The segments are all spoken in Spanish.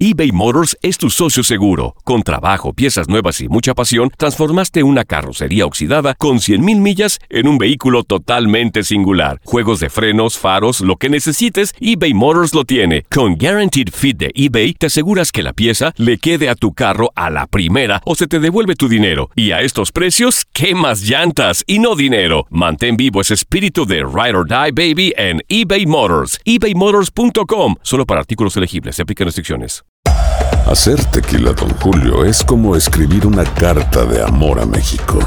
eBay Motors es tu socio seguro. Con trabajo, piezas nuevas y mucha pasión, transformaste una carrocería oxidada con 100,000 millas en un vehículo totalmente singular. Juegos de frenos, faros, lo que necesites, eBay Motors lo tiene. Con Guaranteed Fit de eBay, te aseguras que la pieza le quede a tu carro a la primera o se te devuelve tu dinero. Y a estos precios, ¿qué más llantas y no dinero? Mantén vivo ese espíritu de Ride or Die, baby, en eBay Motors. ebaymotors.com. Solo para artículos elegibles. Se aplican restricciones. Hacer tequila Don Julio es como escribir una carta de amor a México.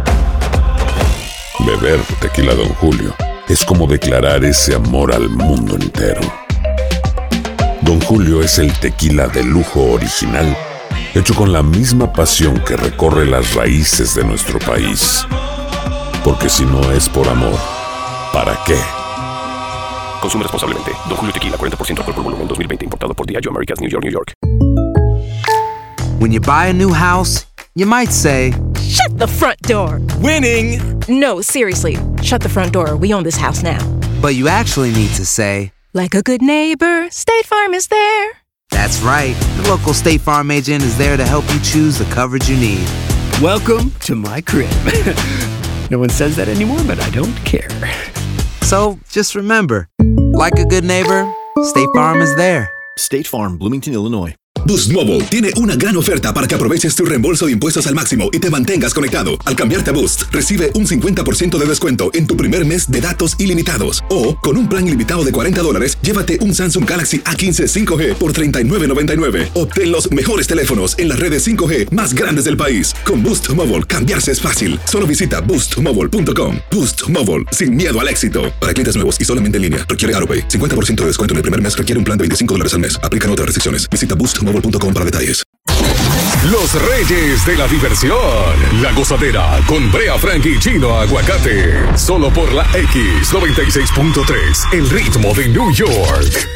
Beber tequila Don Julio es como declarar ese amor al mundo entero. Don Julio es el tequila de lujo original, hecho con la misma pasión que recorre las raíces de nuestro país. Porque si no es por amor, ¿para qué? Consume responsablemente. Don Julio Tequila, 40% alcohol por volumen, 2020. Importado por Diageo Americas, New York, New York. When you buy a new house, you might say, "Shut the front door." Winning! No, seriously. Shut the front door. We own this house now. but you actually need to say, like a good neighbor, State Farm is there. That's right. The local State Farm agent is there to help you choose the coverage you need. Welcome to my crib. No one says that anymore, but I don't care. So just remember, like a good neighbor, State Farm is there. State Farm, Bloomington, Illinois. Boost Mobile tiene una gran oferta para que aproveches tu reembolso de impuestos al máximo y te mantengas conectado. Al cambiarte a Boost, recibe un 50% de descuento en tu primer mes de datos ilimitados. O, con un plan ilimitado de $40, llévate un Samsung Galaxy A15 5G por $39.99. Obtén los mejores teléfonos en las redes 5G más grandes del país. Con Boost Mobile, cambiarse es fácil. Solo visita boostmobile.com. Boost Mobile, sin miedo al éxito. Para clientes nuevos y solamente en línea, requiere AutoPay. 50% de descuento en el primer mes requiere un plan de $25 al mes. Aplican otras restricciones. Visita boostmobile.com para detalles. Los reyes de la diversión. La Gozadera con Brea Frank y Chino Aguacate. Solo por la X96.3. El ritmo de New York.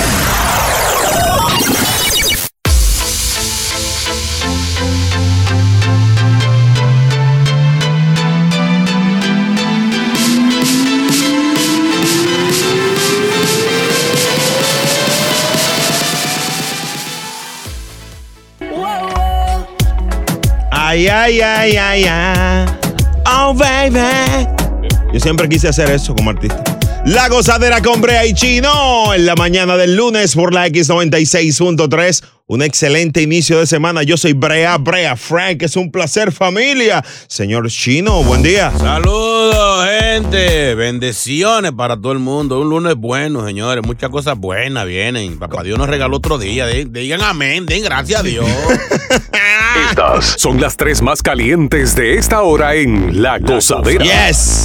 Ay, ay, ay, ay, ay. Oh, baby. Yo siempre quise hacer eso como artista. La Gozadera con Brea y Chino en la mañana del lunes por la X96.3. Un excelente inicio de semana. Yo soy Brea Frank. Es un placer, familia. Señor Chino, buen día. Saludos, gente. Bendiciones para todo el mundo. Un lunes bueno, señores. Muchas cosas buenas vienen. Papá Dios nos regaló otro día. Digan amén. Den gracias a Dios. Estas son las tres más calientes de esta hora en La Gozadera. Yes.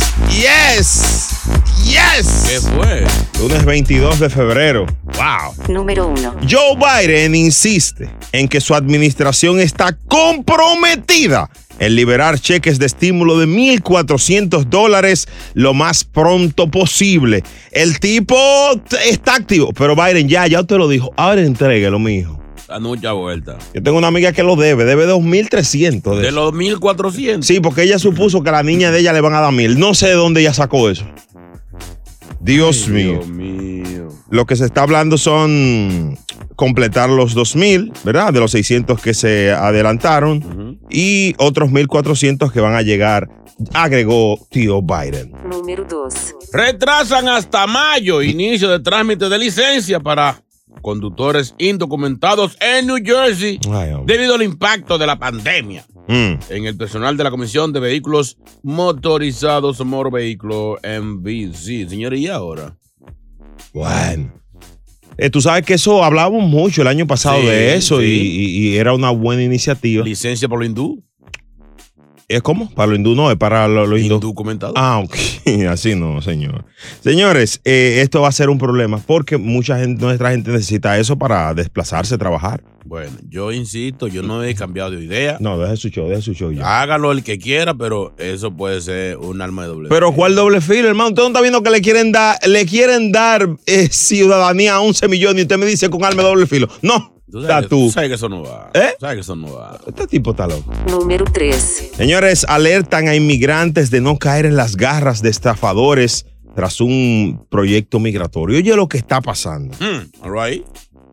¿Qué fue? Lunes 22 de febrero. Wow. Número 1. Joe Biden insiste en que su administración está comprometida en liberar cheques de estímulo de $1,400 lo más pronto posible. El tipo está activo, pero Biden ya usted lo dijo. Ahora entréguelo, mijo. Da mucha vuelta. Yo tengo una amiga que lo debe $2,300. ¿De los 1,400? Sí, porque ella supuso que a la niña de ella le van a dar 1,000. No sé de dónde ella sacó eso. Dios mío. Lo que se está hablando son completar los 2,000, ¿verdad? De los 600 que se adelantaron y otros 1,400 que van a llegar, agregó tío Biden. Número 2. Retrasan hasta mayo inicio de trámite de licencia para conductores indocumentados en New Jersey debido al impacto de la pandemia en el personal de la Comisión de Vehículos Motorizados Motor Vehicle MVC. Señores, ¿y ahora? Bueno. Tú sabes que eso hablábamos mucho el año pasado de eso y era una buena iniciativa. ¿Licencia por lo hindú? ¿Es cómo? Para lo hindú no, es para lo hindú. ¿Indocumentado? Ah, ok. Así no, señor. Señores, esto va a ser un problema porque nuestra gente necesita eso para desplazarse, trabajar. Bueno, yo insisto, yo no he cambiado de idea. No, deje su show ya. Hágalo el que quiera, pero eso puede ser un arma de doble filo. Pero ¿cuál doble filo, hermano? Usted no está viendo que le quieren dar ciudadanía a 11 millones y usted me dice con arma de doble filo. No. Tú sabes que eso no va. ¿Sabes que eso no va? Este tipo está loco. Número 3. Señores, alertan a inmigrantes de no caer en las garras de estafadores tras un proyecto migratorio. Oye lo que está pasando. All right.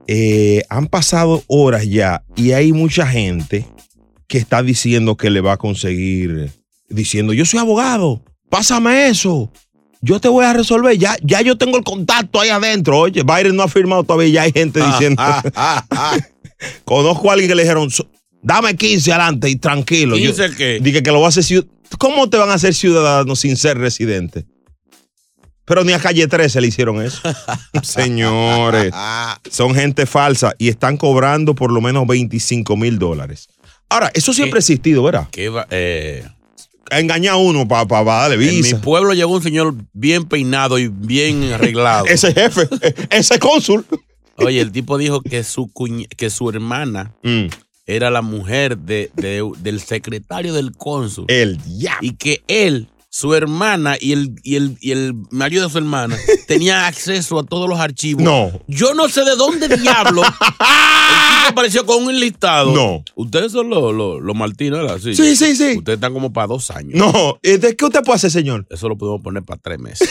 Han pasado horas ya y hay mucha gente que está diciendo que le va a conseguir, diciendo, yo soy abogado, pásame eso, yo te voy a resolver, ya yo tengo el contacto ahí adentro. Oye, Biden no ha firmado todavía, ya hay gente diciendo, conozco a alguien que le dijeron, dame 15 adelante y tranquilo. ¿15 qué? Dije que lo va a hacer ciudadano. ¿Cómo te van a hacer ciudadanos sin ser residente? Pero ni a Calle 13 le hicieron eso. Señores, son gente falsa y están cobrando por lo menos $25,000. Ahora, eso siempre ha existido, ¿verdad? Engañar a uno para darle visa. En mi pueblo llegó un señor bien peinado y bien arreglado. Ese jefe, ese cónsul. Oye, el tipo dijo que su hermana era la mujer del secretario del cónsul. Y que él, su hermana y el marido de su hermana tenían acceso a todos los archivos. No. Yo no sé de dónde diablo el tipo apareció con un enlistado. No. Ustedes son los Martínez, ¿verdad? Sí. Ustedes están como para 2 años. No. ¿De qué usted puede hacer, señor? Eso lo podemos poner para 3 meses.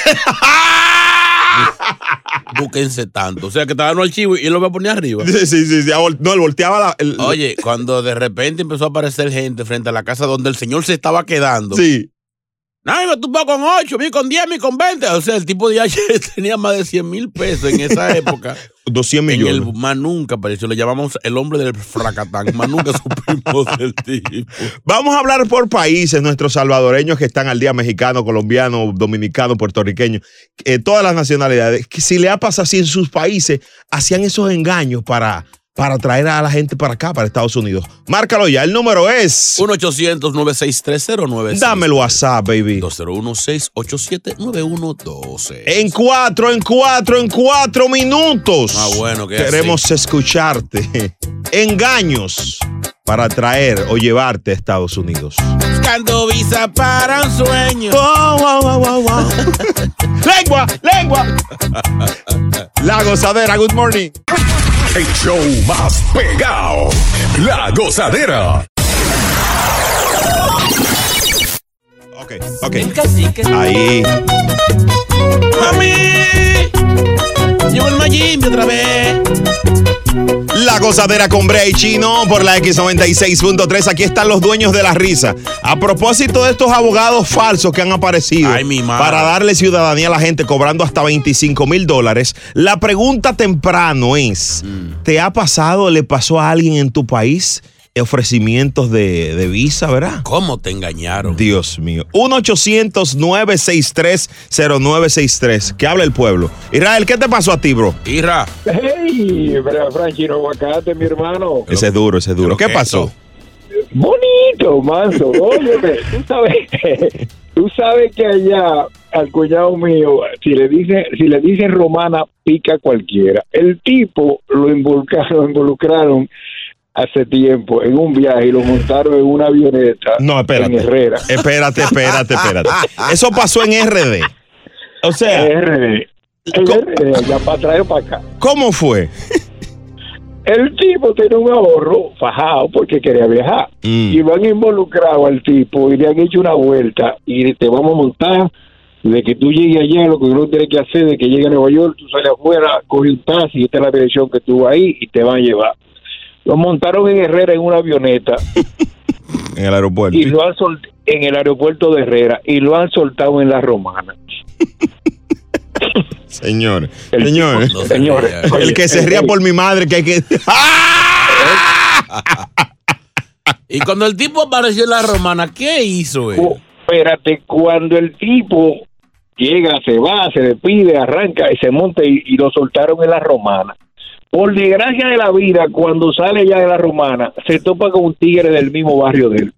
Búsquense tanto. O sea, que estaba en el archivo y él lo voy a poner arriba. Sí. No, él volteaba Oye, cuando de repente empezó a aparecer gente frente a la casa donde el señor se estaba quedando. Sí. No, tú vas con 8, vi con 10, vi con 20. O sea, el tipo de ayer tenía más de 100,000 pesos en esa época. 200 millones. Más nunca apareció. Le llamamos el hombre del fracatán. Más nunca supimos del tipo. Vamos a hablar por países, nuestros salvadoreños que están al día, mexicano, colombiano, dominicano, puertorriqueño, todas las nacionalidades, que si le ha pasado así en sus países, hacían esos engaños para traer a la gente para acá, para Estados Unidos. Márcalo ya, el número es 1-800-963-09. Dame el WhatsApp, baby. 201-687-9112. En 4 minutos. Bueno, que queremos escucharte. Engaños para traer o llevarte a Estados Unidos. Buscando visa para un sueño. Wow. Lengua. La Gozadera, good morning. El show más pegado, La Gozadera. Ok. Ahí. ¡Mami! Llevo el Mayimbe otra vez. La Gozadera con Brea y Chino por la X96.3. Aquí están los dueños de la risa. A propósito de estos abogados falsos que han aparecido para darle ciudadanía a la gente cobrando hasta $25,000, la pregunta temprano es, ¿te ha pasado, le pasó a alguien en tu país ofrecimientos de visa, verdad? ¿Cómo te engañaron? Dios mío. 1-800-963-0963. Que habla el pueblo. Israel, ¿qué te pasó a ti, bro? Isra. Hey, Franchino Aguacate, mi hermano. Ese es duro. ¿Qué pasó? Bonito, manso. Óyeme, tú sabes que allá al cuñado mío, si le dicen romana, pica cualquiera. El tipo lo involucraron hace tiempo en un viaje y lo montaron en una avioneta. No, espérate. En Herrera. Espérate. Eso pasó en RD. O sea, RD, ya para atrás o para acá. ¿Cómo fue? El tipo tiene un ahorro fajado porque quería viajar. Y lo han involucrado al tipo y le han hecho una vuelta y te vamos a montar de que tú llegues allá, lo que uno tiene que hacer de que llegue a Nueva York, tú sales afuera, coges un taxi y esta es la dirección que tú vas ahí y te van a llevar. Lo montaron en Herrera en una avioneta. En el aeropuerto. Y lo han en el aeropuerto de Herrera y lo han soltado en la Romana. Señores. El que se ría por mi madre que hay que... Y cuando el tipo apareció en la Romana, ¿qué hizo él? Espérate, cuando el tipo llega, se va, se despide, arranca y se monta y lo soltaron en la Romana. Por desgracia de la vida, cuando sale ya de la Romana, se topa con un tigre del mismo barrio de él.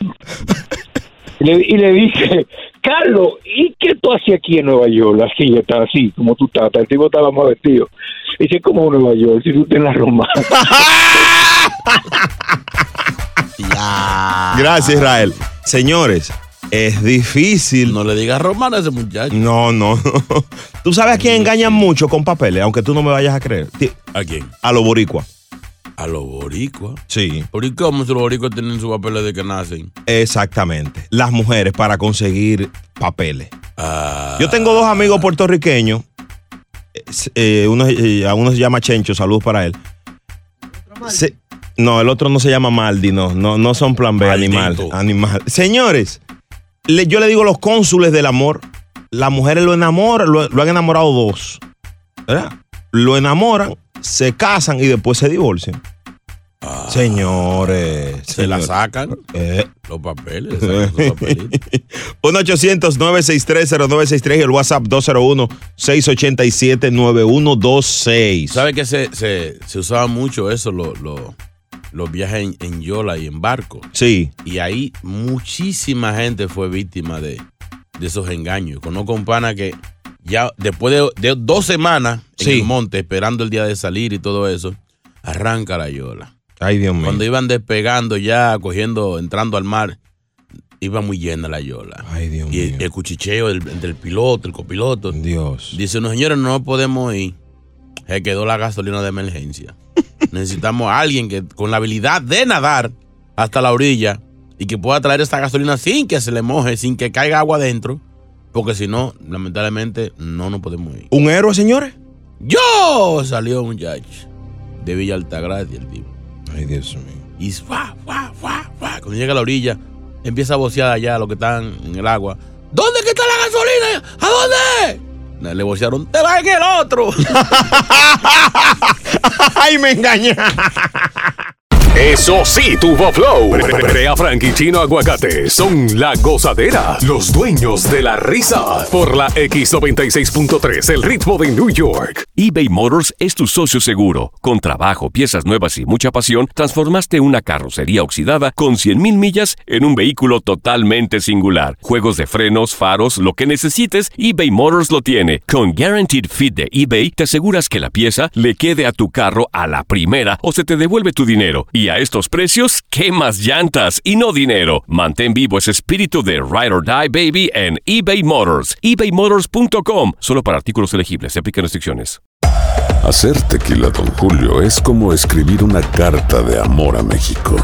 Y le dice, Carlos, ¿y qué tú hacías aquí en Nueva York? Así, está así, como tú estás. El tipo estaba más vestido. Dice, ¿cómo en Nueva York? Si tú estás en la Romana. Gracias, Israel. Señores, es difícil. No le digas romana a ese muchacho. No. ¿Tú sabes a quién engañan mucho con papeles? Aunque tú no me vayas a creer. ¿A quién? A los boricuas. ¿A los boricuas? Sí. ¿Por qué como si los boricuas tienen sus papeles de que nacen? Exactamente. Las mujeres para conseguir papeles. Yo tengo 2 amigos puertorriqueños. A uno se llama Chencho, saludos para él. No, el otro no se llama Maldi, no son plan B, animal. Señores, yo le digo los cónsules del amor. Las mujeres lo enamoran, lo han enamorado dos, ¿verdad? Lo enamoran, se casan y después se divorcian. Señores. Se la sacan los papeles. 1-800-963-0963 y el WhatsApp 201-687-9126. ¿Sabe que se usaba mucho eso, los viajes en yola y en barco? Sí. Y ahí muchísima gente fue víctima de esos engaños. Conozco un pana que ya después de 2 semanas en el monte, esperando el día de salir y todo eso, arranca la yola. Ay, Dios mío. Cuando iban despegando ya, entrando al mar, iba muy llena la yola. Ay, Dios mío. Y el cuchicheo del piloto, el copiloto. Dios. Dice, no, señores, no podemos ir. Se quedó la gasolina de emergencia. Necesitamos a alguien que con la habilidad de nadar hasta la orilla y que pueda traer esta gasolina sin que se le moje, sin que caiga agua adentro, porque si no, lamentablemente, no podemos ir. ¿Un héroe, señores? ¡Yo! Salió un muchacho de Villa Altagracia, el tipo. Ay, Dios mío. Y cuando llega a la orilla, empieza a vocear allá los que están en el agua. ¿Dónde que está la gasolina? ¿A dónde? Le vocearon, te va en el otro. ¡Ay, me engañé! Eso sí, tuvo flow. Brea Frank y Chino Aguacate son la gozadera, los dueños de la risa. Por la X96.3, el ritmo de New York. eBay Motors es tu socio seguro. Con trabajo, piezas nuevas y mucha pasión, transformaste una carrocería oxidada con 100,000 millas en un vehículo totalmente singular. Juegos de frenos, faros, lo que necesites, eBay Motors lo tiene. Con Guaranteed Fit de eBay, te aseguras que la pieza le quede a tu carro a la primera o se te devuelve tu dinero. Y a estos precios, ¿qué más llantas y no dinero? Mantén vivo ese espíritu de Ride or Die, baby, en eBay Motors. ebaymotors.com. Solo para artículos elegibles. Se aplican restricciones. Hacer tequila Don Julio es como escribir una carta de amor a México.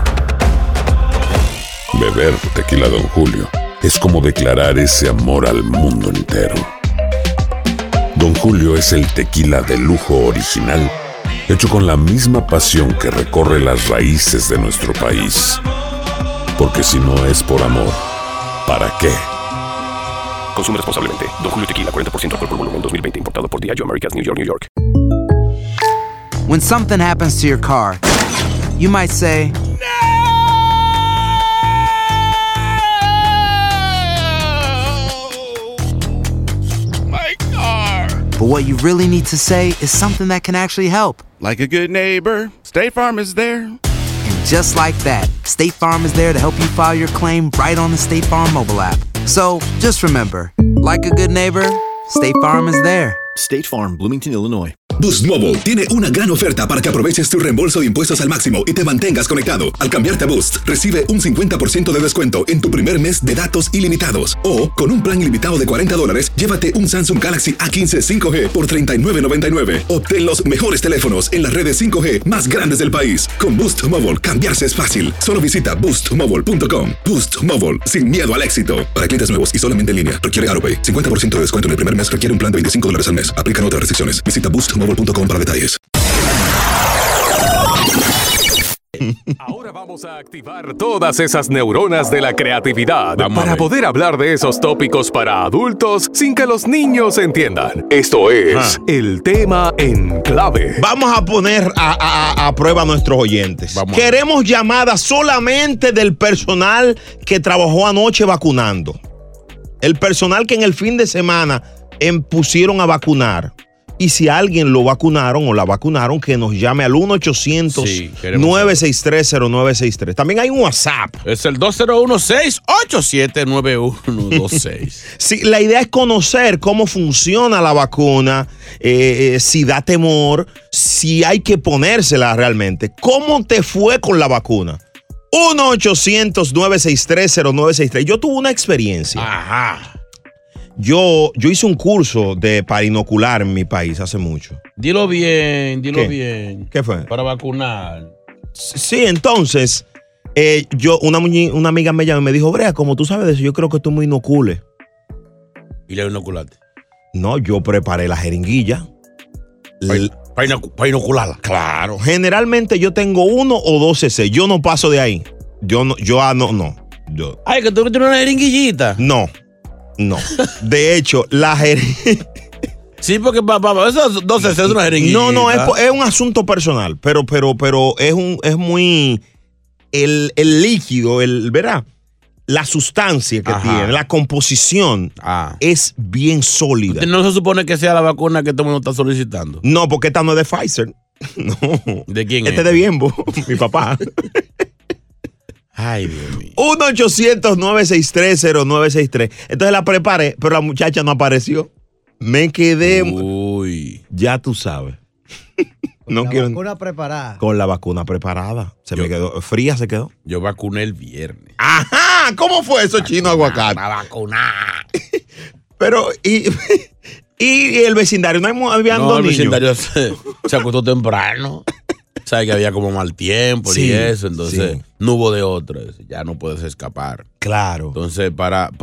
Beber tequila Don Julio es como declarar ese amor al mundo entero. Don Julio es el tequila de lujo original, hecho con la misma pasión que recorre las raíces de nuestro país. Porque si no es por amor, ¿para qué? Consume responsablemente. Don Julio Tequila, 40% alcohol por volumen, 2020. Importado por Diageo Americas, New York, New York. When something happens to your car, you might say, My car. But what you really need to say is something that can actually help. Like a good neighbor, State Farm is there. And just like that, State Farm is there to help you file your claim right on the State Farm mobile app. So just remember, like a good neighbor, State Farm is there. State Farm, Bloomington, Illinois. Boost Mobile tiene una gran oferta para que aproveches tu reembolso de impuestos al máximo y te mantengas conectado. Al cambiarte a Boost, recibe un 50% de descuento en tu primer mes de datos ilimitados. O, con un plan ilimitado de $40, llévate un Samsung Galaxy A15 5G por $39.99. Obtén los mejores teléfonos en las redes 5G más grandes del país. Con Boost Mobile, cambiarse es fácil. Solo visita boostmobile.com. Boost Mobile, sin miedo al éxito. Para clientes nuevos y solamente en línea, requiere AutoPay. 50% de descuento en el primer mes requiere un plan de $25 al mes. Aplican otras restricciones. Visita boostmobile.com para detalles. Ahora vamos a activar todas esas neuronas de la creatividad para poder hablar de esos tópicos para adultos sin que los niños entiendan. Esto es el tema en clave. Vamos a poner a prueba a nuestros oyentes. Queremos llamadas solamente del personal que trabajó anoche vacunando. El personal que en el fin de semana pusieron a vacunar. Y si alguien lo vacunaron o la vacunaron, que nos llame al 1-800-963-0963. También hay un WhatsApp. Es el 201-687-9126. Sí, la idea es conocer cómo funciona la vacuna, si da temor, si hay que ponérsela realmente. ¿Cómo te fue con la vacuna? 1-800-963-0963. Yo tuve una experiencia. Ajá. Yo hice un curso para inocular en mi país hace mucho. Dilo bien, bien. ¿Qué fue? Para vacunar. Sí, entonces, una amiga me llamó y me dijo, Brea, como tú sabes de eso, yo creo que tú me inocules. ¿Y le inoculaste? No, yo preparé la jeringuilla. Para inocularla. Claro. Generalmente yo tengo 1 o 2 cc. Yo no paso de ahí. No. Ay, que tú no tienes una jeringuillita. No. De hecho, la jeringuilla... Sí, porque esos 2 cc es una jeringuilla. No, es un asunto personal, pero es muy... El líquido, ¿verdad? La sustancia que tiene, la composición es bien sólida. ¿No se supone que sea la vacuna que todo el mundo está solicitando? No, porque esta no es de Pfizer. No. ¿De quién es? Este es de Biembo, mi papá. Ay, Dios mío. 1-800-963-0963. Entonces la preparé, pero la muchacha no apareció. Me quedé. Uy. Ya tú sabes. Con la vacuna preparada. Con la vacuna preparada. Me quedó. Fría se quedó. Yo vacuné el viernes. Ajá. ¿Cómo fue eso, Chino Aguacate? Para vacunar. Pero, y el vecindario, no habían dos niños. El vecindario se acostó temprano. Sabes que había como mal tiempo y eso. Entonces, no hubo de otra. Ya no puedes escapar. Claro. Entonces,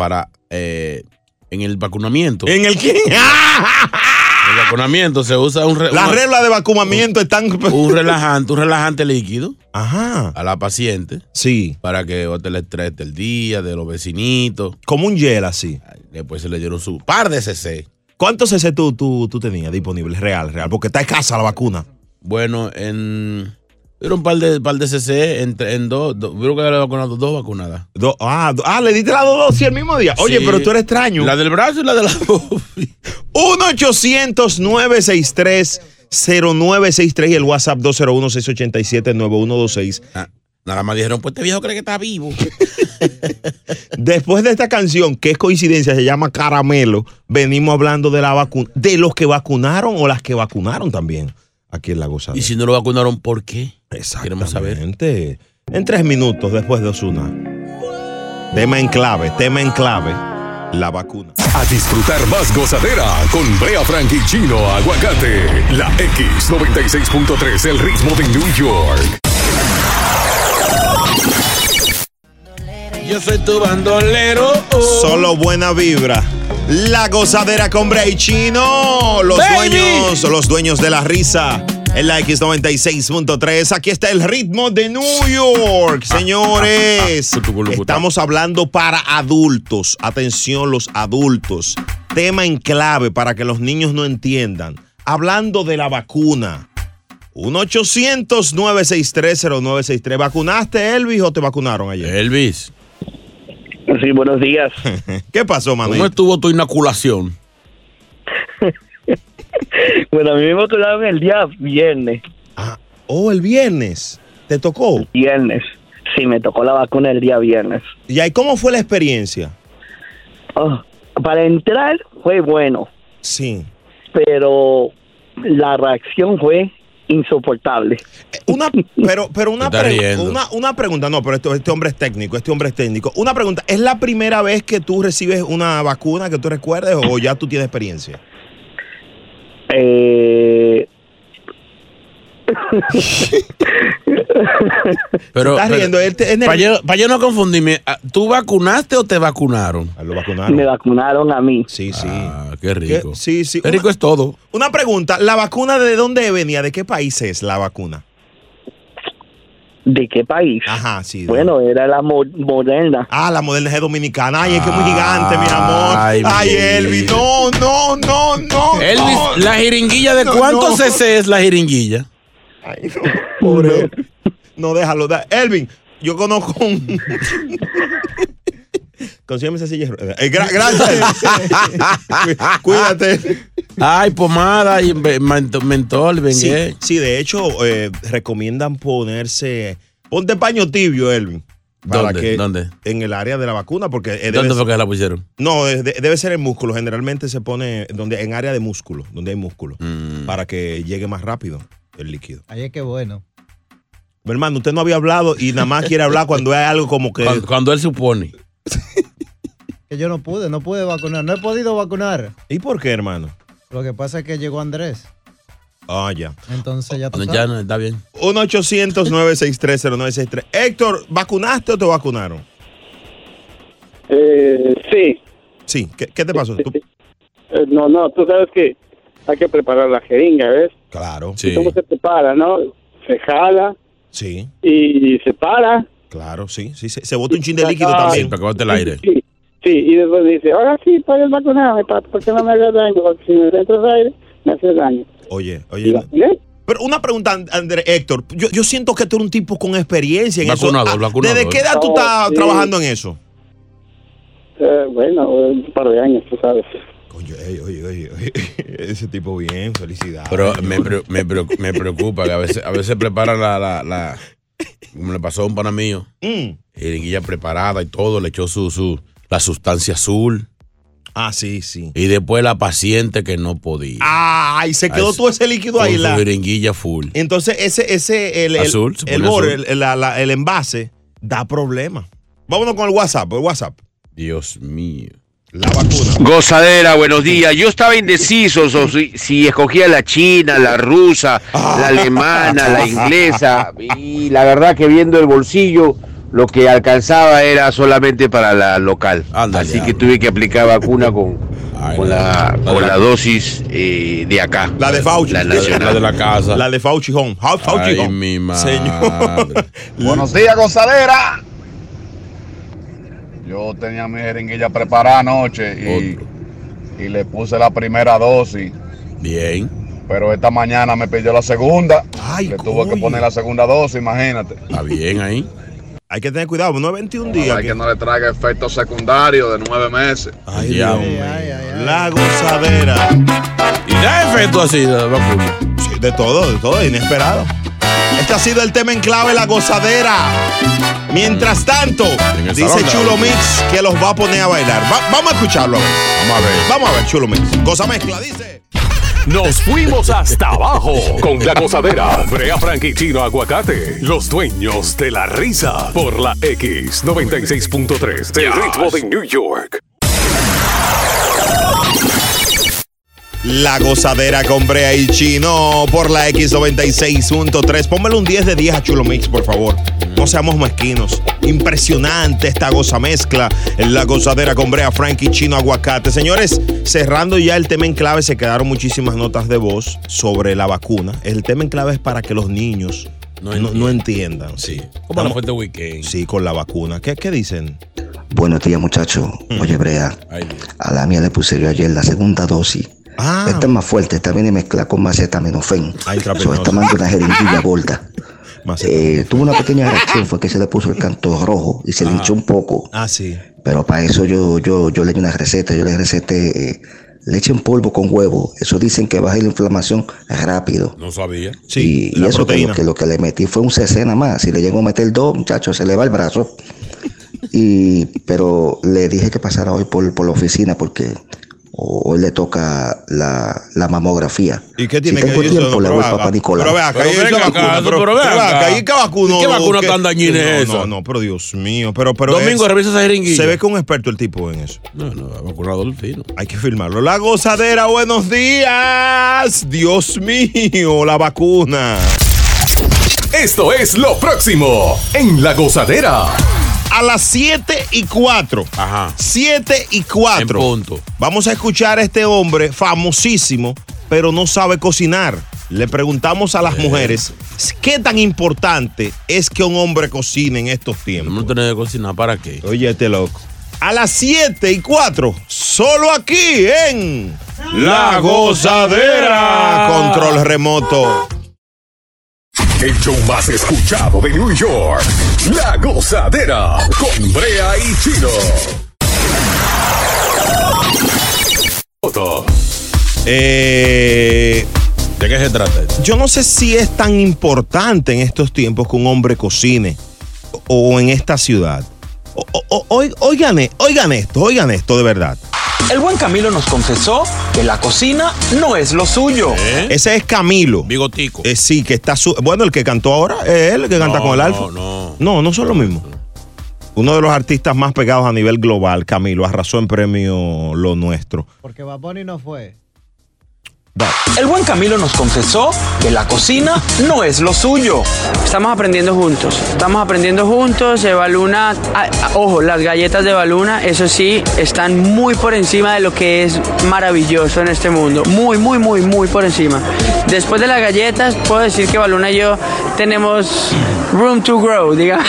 en el vacunamiento. ¿En el qué? El vacunamiento se usa las reglas de vacunamiento están... un relajante líquido. Ajá. A la paciente. Sí. Para que bote el estrés del día, de los vecinitos. Como un gel así. Después se le dieron su par de cc. ¿Cuántos cc tú tenías disponibles? Real. Porque está escasa la vacuna. Bueno, era un par de cc en dos. Creo que le vacunado 2 vacunadas. Le diste las 2 dosis el mismo día. Oye, pero tú eres extraño. La del brazo y la de la voz. 1-800-963-0963 y el WhatsApp 201-687-9126. Nada más dijeron, pues este viejo cree que está vivo. Después de esta canción, que es coincidencia, se llama Caramelo, venimos hablando de la vacuna, de los que vacunaron o las que vacunaron también aquí en La Gozadera. Y si no lo vacunaron, ¿por qué? Exactamente. Queremos saber. En 3 minutos después de Ozuna. Tema en clave, la vacuna. A disfrutar más gozadera con Brea Frank y Chino Aguacate. La X96.3, el ritmo de New York. Yo soy tu bandolero. Solo buena vibra. La Gozadera con Brea y Chino. Los dueños de la risa. En la X96.3. Aquí está el ritmo de New York, señores. Estamos hablando para adultos. Atención, los adultos. Tema en clave para que los niños no entiendan. Hablando de la vacuna. 1-800-963-0963. ¿Vacunaste, Elvis, o te vacunaron ayer? Elvis. Sí, buenos días. ¿Qué pasó, mano? ¿Cómo estuvo tu inoculación? Bueno, a mí me vacunaron el día viernes. El viernes. ¿Te tocó? El viernes. Sí, me tocó la vacuna el día viernes. ¿Y ahí cómo fue la experiencia? Para entrar fue bueno. Sí. Pero la reacción fue insoportable. Una pregunta, no, pero este hombre es técnico, Una pregunta, ¿es la primera vez que tú recibes una vacuna que tú recuerdes o ya tú tienes experiencia? Pero estás riendo. Para yo no confundirme, ¿tú vacunaste o te vacunaron? Lo vacunaron. Me vacunaron a mí. Sí. Qué rico. Sí. Qué rico es todo. Una pregunta, ¿la vacuna de dónde venía? ¿De qué país es la vacuna? ¿De qué país? Ajá, sí. Bueno, era la Moderna. La Moderna es dominicana. Ay, es que es muy gigante, mi amor. Ay, Elvis, no. Elvis, ¿la jeringuilla de cuántos cc es la jeringuilla? Ay, no, pobre Elvis. No, déjalo. Elvin, yo conozco un... Consígueme esa silla. Gracias. Cuídate. Ay, pomada y mentol, vengué. Sí, de hecho, recomiendan ponte paño tibio, Elvin. ¿Dónde? En el área de la vacuna, porque... ¿Dónde fue que la pusieron? No, debe ser en músculo. Generalmente se pone en área de músculo, donde hay músculo, para que llegue más rápido el líquido. Ay, es que bueno. Mi hermano, usted no había hablado y nada más quiere hablar cuando hay algo como que... Cuando él supone. Que yo no pude vacunar. No he podido vacunar. ¿Y por qué, hermano? Lo que pasa es que llegó Andrés. Ya. Entonces ya tú sabes. Ya no, está bien. 1-800-963-0963. Héctor, ¿vacunaste o te vacunaron? Sí. Sí. ¿Qué te pasó? No, tú sabes que hay que preparar la jeringa, ¿ves? Claro. Sí. ¿Cómo se prepara, no? Se jala. Sí. Y se para. Claro, sí. Se bota un chin de líquido también. Sí, para que bote el aire. Sí, y después dice, ahora sí, para el vacunado, porque no me haga daño, porque si me entra el aire, me hace daño. Oye. Pero una pregunta, Héctor. Yo siento que tú eres un tipo con experiencia en vacunador, eso. Vacunador. ¿Desde qué edad tú estás trabajando en eso? Bueno, un par de años, tú sabes. Oye, ese tipo bien, felicidades. Pero me preocupa que a veces preparan la como le pasó a un pana mío, jeringuilla preparada y todo, le echó la sustancia azul. Ah, sí. Y después la paciente que no podía. Y se quedó todo ese líquido ahí. Con su jeringuilla full. Entonces el azul, el envase da problemas. Vámonos con el WhatsApp. Dios mío. La vacuna. Gozadera, buenos días. Yo estaba indeciso si escogía la china, la rusa, la alemana, la inglesa. Y la verdad que viendo el bolsillo, lo que alcanzaba era solamente para la local. Así que tuve que aplicar vacuna con la dosis de acá. La de Fauci. La nacional. La de la casa. La de Fauci Home. Fauci Home. Mi madre. Señor. Buenos días, gozadera. Yo tenía mi jeringuilla preparada anoche y le puse la primera dosis. Bien. Pero esta mañana me pidió la segunda. Le tuve que poner la segunda dosis, imagínate. Está bien ahí. Hay que tener cuidado, no es 21 días. Hay que no le traiga efectos secundarios de 9 meses. Ay, Dios mío. La gozadera. ¿Y da efecto así de vacuna? Sí, de todo, inesperado. Este ha sido el tema en clave, la gozadera. Mientras tanto, dice Chulo Mix que los va a poner a bailar. Vamos a escucharlo. Vamos a ver, Chulo Mix. Goza mezcla, dice. Nos fuimos hasta abajo con la gozadera. Brea Frank y Chino Aguacate, los dueños de la risa. Por la X96.3 del ritmo de New York. La gozadera con Brea y Chino por la X96.3. Póngale un 10 de 10 a Chulo Mix, por favor. No seamos mezquinos. Impresionante esta goza mezcla en la gozadera con Brea, Frank y Chino Aguacate. Señores, cerrando ya el tema en clave, se quedaron muchísimas notas de voz sobre la vacuna. El tema en clave es para que los niños no entiendan. Sí. ¿Cómo no fue este weekend? Sí, con la vacuna. ¿Qué dicen? Buenos días, muchachos. Oye, Brea, a la mía le puse yo ayer la segunda dosis. Esta es más fuerte, esta viene mezclada con acetaminofén. Esta manda una jeringuilla gorda. Tuvo una pequeña reacción, fue que se le puso el canto rojo y se le hinchó un poco. Sí. Pero para eso yo le di una receta, yo le receté leche en polvo con huevo. Eso dicen que baja la inflamación rápido. No sabía. Sí, y eso que lo que le metí fue un CC nada más. Si le llego a meter 2, muchachos, se le va el brazo. Pero le dije que pasara hoy por la oficina porque hoy le toca la mamografía. ¿Y qué tiene si tengo que tiempo, le voy a Papá Nicolás. Pero vea, ¿qué vacuna? ¿Y qué vacuna tan dañina es esa? No, pero Dios mío. Pero Domingo, revisa esa jeringuilla. Se ve que es un experto el tipo en eso. No, vacunador fino. Hay que firmarlo. La gozadera, buenos días. Dios mío, la vacuna. Esto es lo próximo en La Gozadera. A las 7:04. 7:04. En punto. Vamos a escuchar a este hombre famosísimo, pero no sabe cocinar. Le preguntamos a las mujeres qué tan importante es que un hombre cocine en estos tiempos. No tener que cocinar, ¿para qué? Oye, este loco. A las 7:04, solo aquí en La Gozadera. Control remoto. El show más escuchado de New York. La Gozadera con Brea y Chino. ¿De qué se trata? Yo no sé si es tan importante en estos tiempos que un hombre cocine o en esta ciudad. Oigan esto de verdad. El buen Camilo nos confesó que la cocina no es lo suyo. Ese es Camilo. Bigotico. Sí, que está... Bueno, el que cantó ahora es él, el que canta con el Alfa. No son lo mismo. Uno de los artistas más pegados a nivel global, Camilo, arrasó en premio Lo Nuestro. Porque Bad Bunny no fue. El buen Camilo nos confesó que la cocina no es lo suyo. Estamos aprendiendo juntos. Eva Luna, ojo, las galletas de Eva Luna, eso sí, están muy por encima de lo que es maravilloso en este mundo. Muy, muy, muy, muy por encima. Después de las galletas, puedo decir que Eva Luna y yo tenemos room to grow, digamos.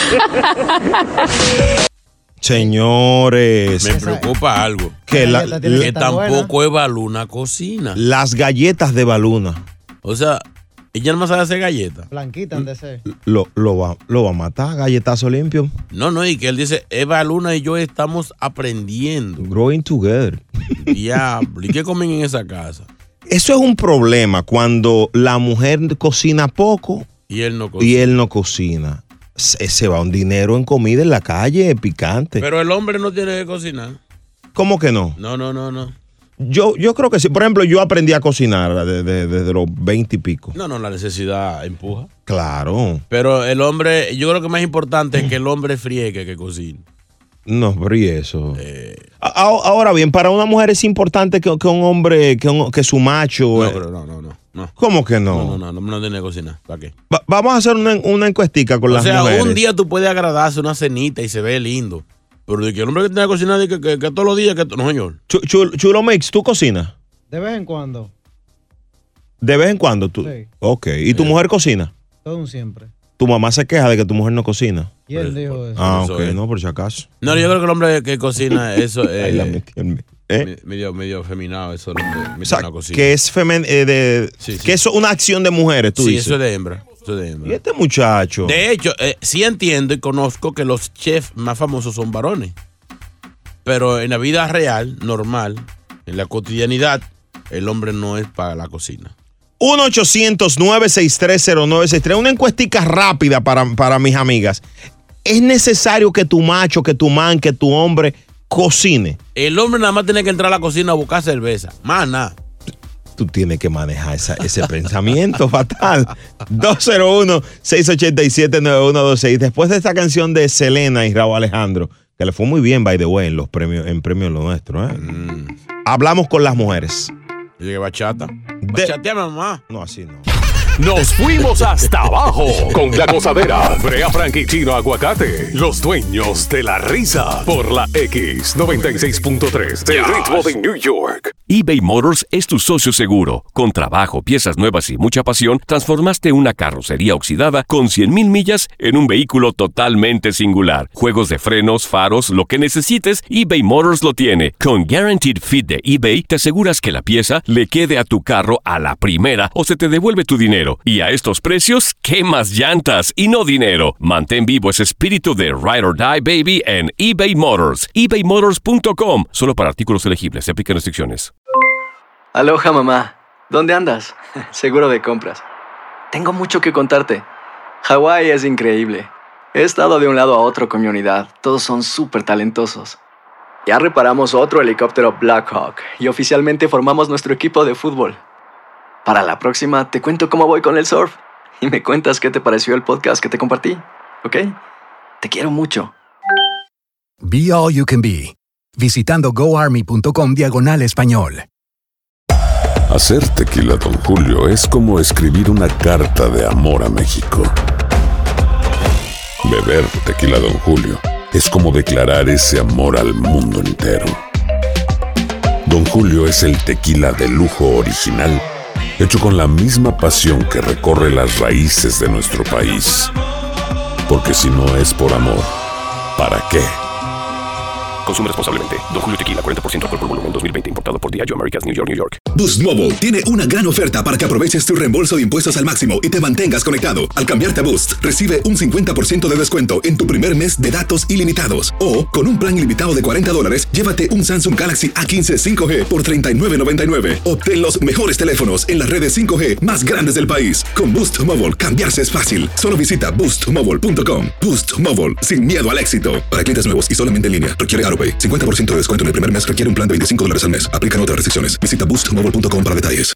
Señores, me preocupa algo. Que tampoco Eva Luna cocina. Las galletas de Eva Luna. O sea, ella no sabe hacer galletas. Blanquita han de ser. Lo va a matar, galletazo limpio. No, y que él dice, Eva Luna y yo estamos aprendiendo. Growing together. Diablo, ¿y qué comen en esa casa? Eso es un problema cuando la mujer cocina poco y él no cocina. Se va un dinero en comida en la calle, picante. Pero el hombre no tiene que cocinar. ¿Cómo que no? No. Yo creo que sí. Por ejemplo, yo aprendí a cocinar desde los 20 y pico. No, la necesidad empuja. Claro. Pero el hombre, yo creo que más importante es que el hombre friegue que cocine. No, bríe eso. Ahora bien, para una mujer es importante que un hombre, que su macho. No, pero no. ¿Cómo que no? No tiene que cocinar. ¿Para qué? Vamos a hacer una encuestica con las mujeres. O sea, un día tú puedes agradarse una cenita y se ve lindo. Pero de que el hombre que tiene que cocinar, que todos los días, no, señor. Chulo Mix, ¿tú cocinas? De vez en cuando. ¿De vez en cuando tú? Sí. Ok. ¿Y tu mujer cocina? Todo un siempre. Tu mamá se queja de que tu mujer no cocina. Y él dijo eso. Ok, no, por si acaso. No, yo creo que el hombre que cocina, eso medio feminado, eso o sea, que es que es una acción de mujeres, tú dices. Sí, eso es de hembra. ¿Y este muchacho? De hecho, sí entiendo y conozco que los chefs más famosos son varones. Pero en la vida real, normal, en la cotidianidad, el hombre no es para la cocina. 1-800-963-0963. Una encuestica rápida para mis amigas. ¿Es necesario que tu macho, que tu man, que tu hombre cocine? El hombre nada más tiene que entrar a la cocina a buscar cerveza. Más nada. Tú tienes que manejar ese pensamiento fatal. 201-687-9126. Después de esta canción de Selena y Raúl Alejandro, que le fue muy bien, by the way, en premios lo nuestro, hablamos con las mujeres. Llegué bachata. Bachateame, mamá. No, así no. Nos fuimos hasta abajo con la gozadera. Brea Frank y Chino Aguacate, los dueños de la risa. Por la X96.3 del ritmo de New York. eBay Motors es tu socio seguro. Con trabajo, piezas nuevas y mucha pasión, transformaste una carrocería oxidada con 100,000 millas en un vehículo totalmente singular. Juegos de frenos, faros, lo que necesites, eBay Motors lo tiene. Con Guaranteed Fit de eBay, te aseguras que la pieza le quede a tu carro a la primera o se te devuelve tu dinero. Y a estos precios, ¿qué más llantas y no dinero? Mantén vivo ese espíritu de Ride or Die, baby, en eBay Motors. ebaymotors.com. Solo para artículos elegibles. Se aplican restricciones. Aloha, mamá. ¿Dónde andas? Seguro de compras. Tengo mucho que contarte. Hawái es increíble. He estado de un lado a otro con mi unidad. Todos son súper talentosos. Ya reparamos otro helicóptero Blackhawk y oficialmente formamos nuestro equipo de fútbol. Para la próxima te cuento cómo voy con el surf y me cuentas qué te pareció el podcast que te compartí, ¿ok? Te quiero mucho. Be All You Can Be, visitando goarmy.com/español. Hacer tequila Don Julio es como escribir una carta de amor a México. Beber tequila Don Julio es como declarar ese amor al mundo entero. Don Julio es el tequila de lujo original, hecho con la misma pasión que recorre las raíces de nuestro país. Porque si no es por amor, ¿para qué? Consume responsablemente. Don Julio Tequila, 40% alcohol por volumen, 2020. Importado por Diageo Americas, New York, New York. Boost Mobile tiene una gran oferta para que aproveches tu reembolso de impuestos al máximo y te mantengas conectado. Al cambiarte a Boost, recibe un 50% de descuento en tu primer mes de datos ilimitados. O, con un plan ilimitado de $40, llévate un Samsung Galaxy A15 5G por $39.99. Obtén los mejores teléfonos en las redes 5G más grandes del país. Con Boost Mobile, cambiarse es fácil. Solo visita boostmobile.com. Boost Mobile, sin miedo al éxito. Para clientes nuevos y solamente en línea, requiere AutoPay. 50% de descuento en el primer mes requiere un plan de $25 al mes. Aplican otras restricciones. Visita boostmobile.com para detalles.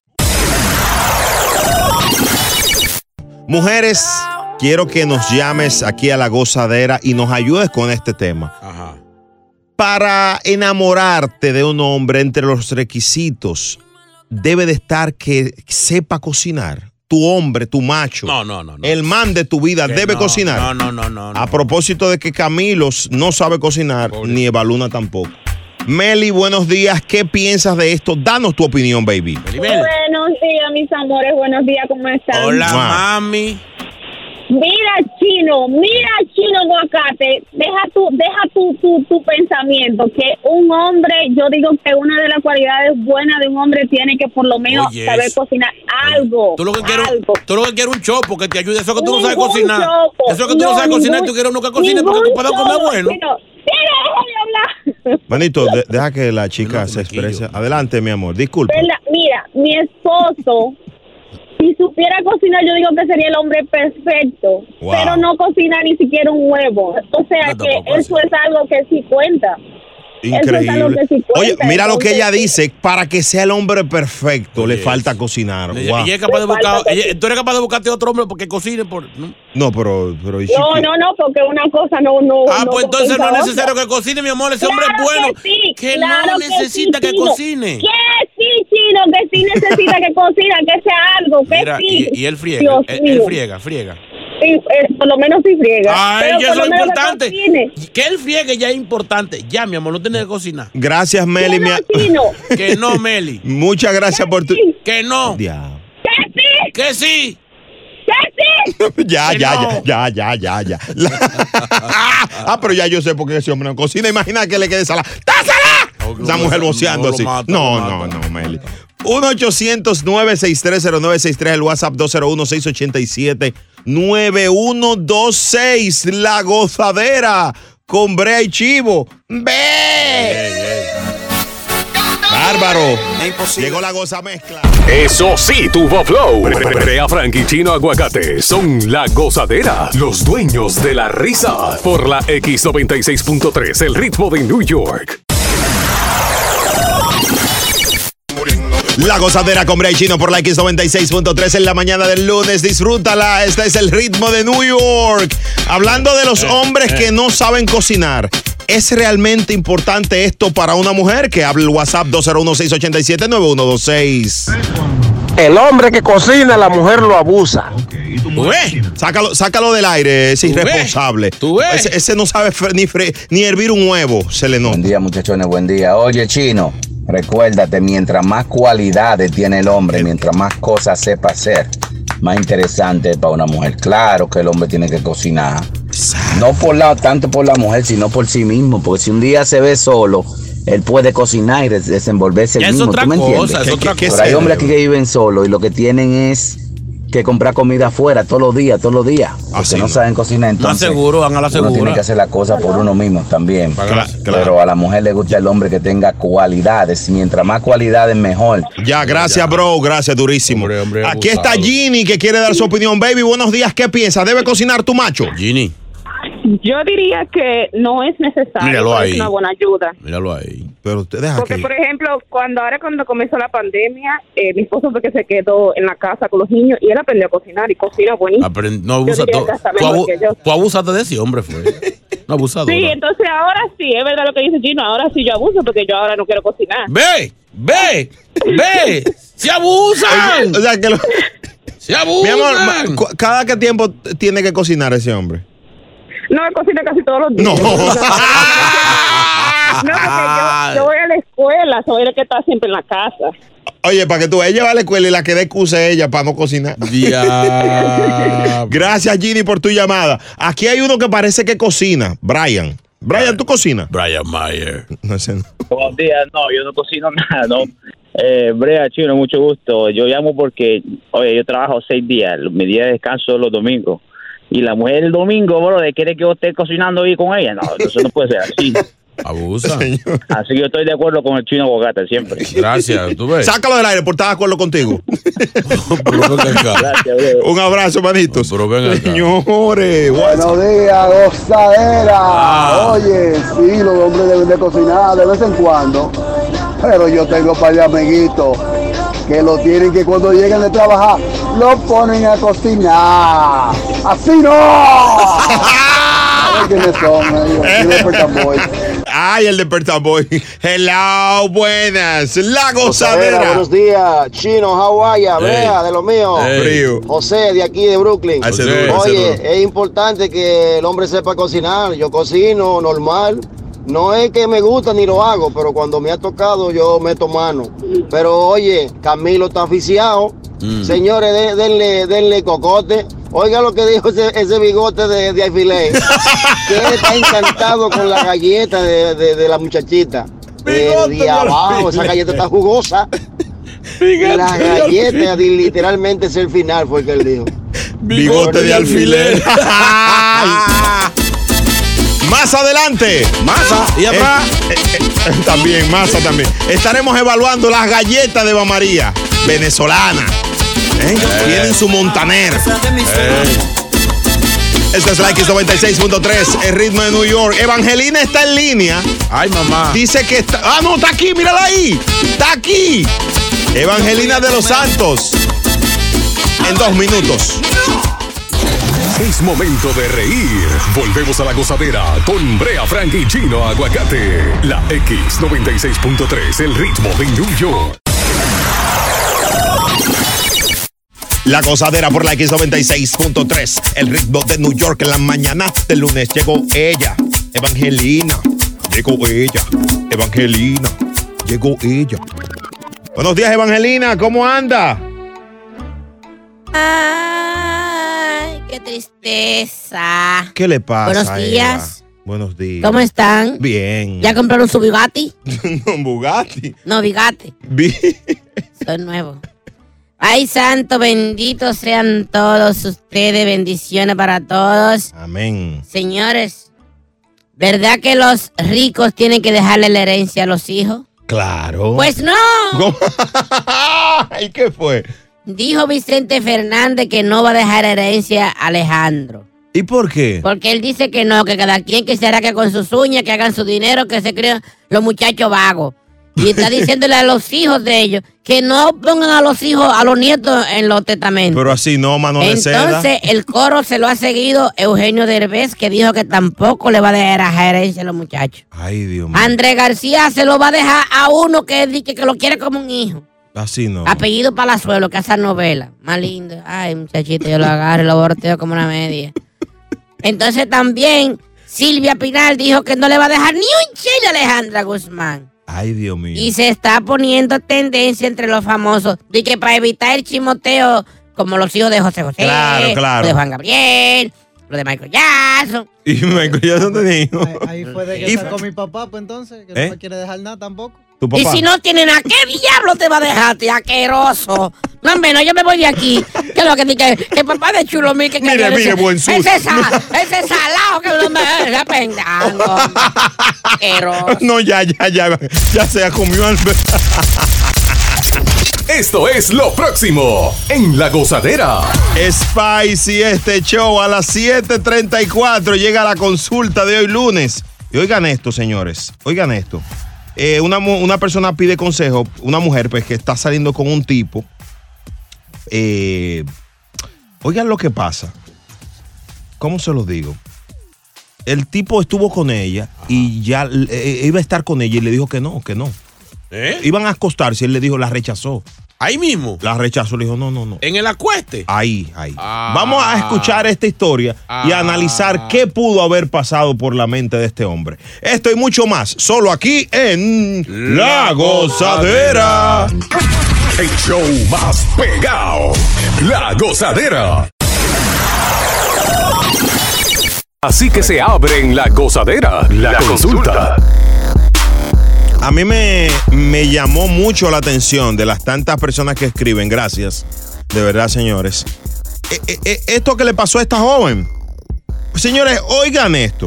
Mujeres, quiero que nos llames aquí a La Gozadera y nos ayudes con este tema. Ajá. Para enamorarte de un hombre, entre los requisitos debe de estar que sepa cocinar? Tu hombre, tu macho. No. El man de tu vida debe cocinar. No. A propósito de que Camilo no sabe cocinar, ni Evaluna tampoco. Meli, buenos días. ¿Qué piensas de esto? Danos tu opinión, baby. Buenos días, mis amores. Buenos días, ¿cómo están? Hola, mami. Mira, Chino Aguacate, deja tu pensamiento, que un hombre, yo digo que una de las cualidades buenas de un hombre tiene que por lo menos saber cocinar algo. Tú lo que quieres un chopo que te ayude, eso que tú no sabes cocinar. Eso que tú no sabes cocinar y tú quieres uno que cocine porque tú puedes comer bueno. Manito, deja que la chica se exprese. Adelante, mi amor, disculpa. Mira, mi esposo, si supiera cocinar, yo digo que sería el hombre perfecto, pero no cocina ni siquiera un huevo. O sea que eso es algo que sí cuenta. Increíble. Oye, mira lo que ella dice, para que sea el hombre perfecto, le falta cocinar. Wow. Ella es capaz de buscar, tú eres capaz de buscarte otro hombre porque cocine por. No, pero no, porque una cosa no. Pues entonces no es necesario que cocine, mi amor, ese hombre es bueno. Que no necesita que cocine. Que sí, Chino, que sí necesita que cocine, que sea algo, que mira, sí. Y él friega, él friega. Sí, por lo menos sí friega. Ay, eso es lo importante. Que él friegue ya es importante. Ya, mi amor, no tiene que cocinar. Gracias, Meli. Que no, Meli. Muchas gracias por tu. Que no. Que sí. Ya. Pero ya yo sé por qué ese hombre no cocina. Imagina que le quede salada. ¡Tásala! Esa mujer boceando así. No, Meli. 1-800-963-0963, el WhatsApp 201-687-9126. La Gozadera con Brea y Chivo. ¡Ve! Bárbaro. Llegó la goza mezcla. Eso sí, tuvo flow. Brea Frank y Chino Aguacate son la gozadera, los dueños de la risa. Por la X96.3, el ritmo de New York. La Gozadera con Brea y Chino por la X96.3 en la mañana del lunes. Disfrútala. Este es el ritmo de New York. Hablando de los hombres que no saben cocinar. ¿Es realmente importante esto para una mujer? Que hable el WhatsApp 201-687-9126. El hombre que cocina, la mujer lo abusa. Sácalo del aire, es irresponsable. Ese no sabe ni hervir un huevo, se le nota. Buen día, muchachones, buen día. Oye, Chino, recuérdate, mientras más cualidades tiene el hombre, mientras más cosas sepa hacer, más interesante es para una mujer. Claro que el hombre tiene que cocinar. No tanto por la mujer, sino por sí mismo. Porque si un día se ve solo, él puede cocinar y desenvolverse él mismo. ¿Tú me entiendes? Pero hay hombres aquí que viven solos y lo que tienen es que comprar comida afuera todos los días. Porque no saben cocinar. Entonces, van a la segura. Uno tiene que hacer las cosas por uno mismo también. Pero a la mujer le gusta el hombre que tenga cualidades. Mientras más cualidades, mejor. Ya, gracias, bro. Gracias, durísimo. Hombre, aquí está Ginny, que quiere dar su opinión. Baby, buenos días. ¿Qué piensas? ¿Debe cocinar tu macho? Ginny. Yo diría que no es necesario. Míralo ahí. Es una buena ayuda. Míralo ahí. Pero usted deja porque, por ejemplo, cuando comenzó la pandemia, mi esposo fue que se quedó en la casa con los niños y él aprendió a cocinar y cocina buenísimo. Tú abusaste de ese hombre, fue. No abusador. Sí, entonces ahora sí, es verdad lo que dice Gino. Ahora sí yo abuso porque yo ahora no quiero cocinar. ¡Ve! ¡Se abusan! O sea, que ¡se abusan! Mi amor, ¿cada qué tiempo tiene que cocinar ese hombre? No, él cocina casi todos los días. No. No, porque yo voy a la escuela, soy el que está siempre en la casa. Oye, para que tú ella va a la escuela y la que dé excusa es ella para no cocinar. Gracias, Ginny, por tu llamada. Aquí hay uno que parece que cocina. Brian, ¿tú cocinas? Brian Mayer. No sé. Buenos días, no, yo no cocino nada, no. Brea, Chino, mucho gusto. Yo llamo porque, oye, yo trabajo 6 días. Mi día de descanso es los domingos. Y la mujer el domingo, bro, quiere que yo esté cocinando ahí con ella. No, eso no puede ser así. Abusa. Así que yo estoy de acuerdo con el Chino Aguacate siempre. Gracias, tú ves. Sácalo del aire por estar de acuerdo contigo. Gracias, un abrazo, manitos. Pero ven acá. Señores. Buenos días, gozadera. Oye, sí, los hombres deben de cocinar de vez en cuando. Pero yo tengo para de amiguitos que lo tienen que cuando llegan de trabajar lo ponen a cocinar. ¡Así no! ¿Quiénes son? Ay, el despertaboy. Hello, buenas. La gozadera. Buenos días, Chino, Hawái, Brea, de lo mío. Frío. José, de aquí de Brooklyn. Oye, es importante que el hombre sepa cocinar. Yo cocino normal. No es que me gusta ni lo hago, pero cuando me ha tocado yo meto mano. Pero oye, Camilo está aficiado. Señores, denle cocote. Oiga lo que dijo ese bigote de alfiler. Que él está encantado con la galleta de la muchachita. De abajo, esa galleta está jugosa. La galleta literalmente es el final, fue el que él dijo. Bigote de alfiler. Más adelante. Masa. Y atrás. También, masa también. Estaremos evaluando las galletas de Eva María, venezolana. Tienen su Montaner. Esto es la X96.3, el ritmo de New York. Evangelina está en línea. Ay, mamá. Dice que está... Ah, no, está aquí, mírala ahí. Está aquí. Evangelina de los Santos. En 2 minutos. Es momento de reír. Volvemos a la gozadera con Brea Frank y Chino Aguacate. La X96.3, el ritmo de New York. La gozadera por la X96.3, el ritmo de New York. En la mañana del lunes llegó ella, Evangelina. Llegó ella, Evangelina. Llegó ella. Buenos días, Evangelina. ¿Cómo anda? Ay, qué tristeza. ¿Qué le pasa? Buenos días. Eva? Buenos días. ¿Cómo están? Bien. ¿Ya compraron su Bugatti? No, Bugatti. No, Bugatti. Son nuevos. Ay, santo, benditos sean todos ustedes. Bendiciones para todos. Amén. Señores, ¿verdad que los ricos tienen que dejarle la herencia a los hijos? Claro. Pues no. ¿Y qué fue? Dijo Vicente Fernández que no va a dejar herencia a Alejandro. ¿Y por qué? Porque él dice que no, que cada quien que se araque con sus uñas, que hagan su dinero, que se crean los muchachos vagos. Y está diciéndole a los hijos de ellos que no pongan a los hijos, a los nietos en los testamentos. Pero así no, mano de seda. Entonces, el coro se lo ha seguido Eugenio Derbez, que dijo que tampoco le va a dejar herencia a los muchachos. Ay, Dios mío. Andrés García se lo va a dejar a uno que lo quiere como un hijo. Así no. Apellido Palazuelo, que hace novela. Más lindo. Ay, muchachito, yo lo agarro y lo borteo como una media. Entonces también Silvia Pinal dijo que no le va a dejar ni un chile a Alejandra Guzmán. Ay, Dios mío. Y se está poniendo tendencia entre los famosos de que para evitar el chimoteo, como los hijos de José José, claro. lo de Juan Gabriel, lo de Michael Jackson. Y Michael Jackson tenía hijos. Ahí fue de que sacó mi papá, pues entonces, que no me quiere dejar nada tampoco. ¿Tu papá? Y si no tienen a qué diablo te va a dejar, tío, asqueroso. No, hombre, no, yo me voy de aquí. ¿Qué es lo que dice? Que papá de chulo, mire, mire, buen sucio. Ese salado que no me está pendando. Asqueroso. No, ya se ha comido al... Esto es lo próximo en La Gozadera. Spicy este show a las 7:34 llega la consulta de hoy lunes. Y oigan esto, señores, oigan esto. Una persona pide consejo, una mujer pues que está saliendo con un tipo. Oigan lo que pasa. ¿Cómo se los digo? El tipo estuvo con ella y ya iba a estar con ella y le dijo que no. Iban a acostarse y él le dijo, la rechazó. ¿Ahí mismo? La rechazó, le dijo, no. ¿En el acueste? Ahí. Vamos a escuchar esta historia y a analizar qué pudo haber pasado por la mente de este hombre. Esto y mucho más, solo aquí en La Gozadera. El show más pegado, La Gozadera. Así que se abre en La Gozadera, la consulta. A mí me llamó mucho la atención de las tantas personas que escriben, gracias, de verdad, señores. Esto que le pasó a esta joven. Señores, oigan esto.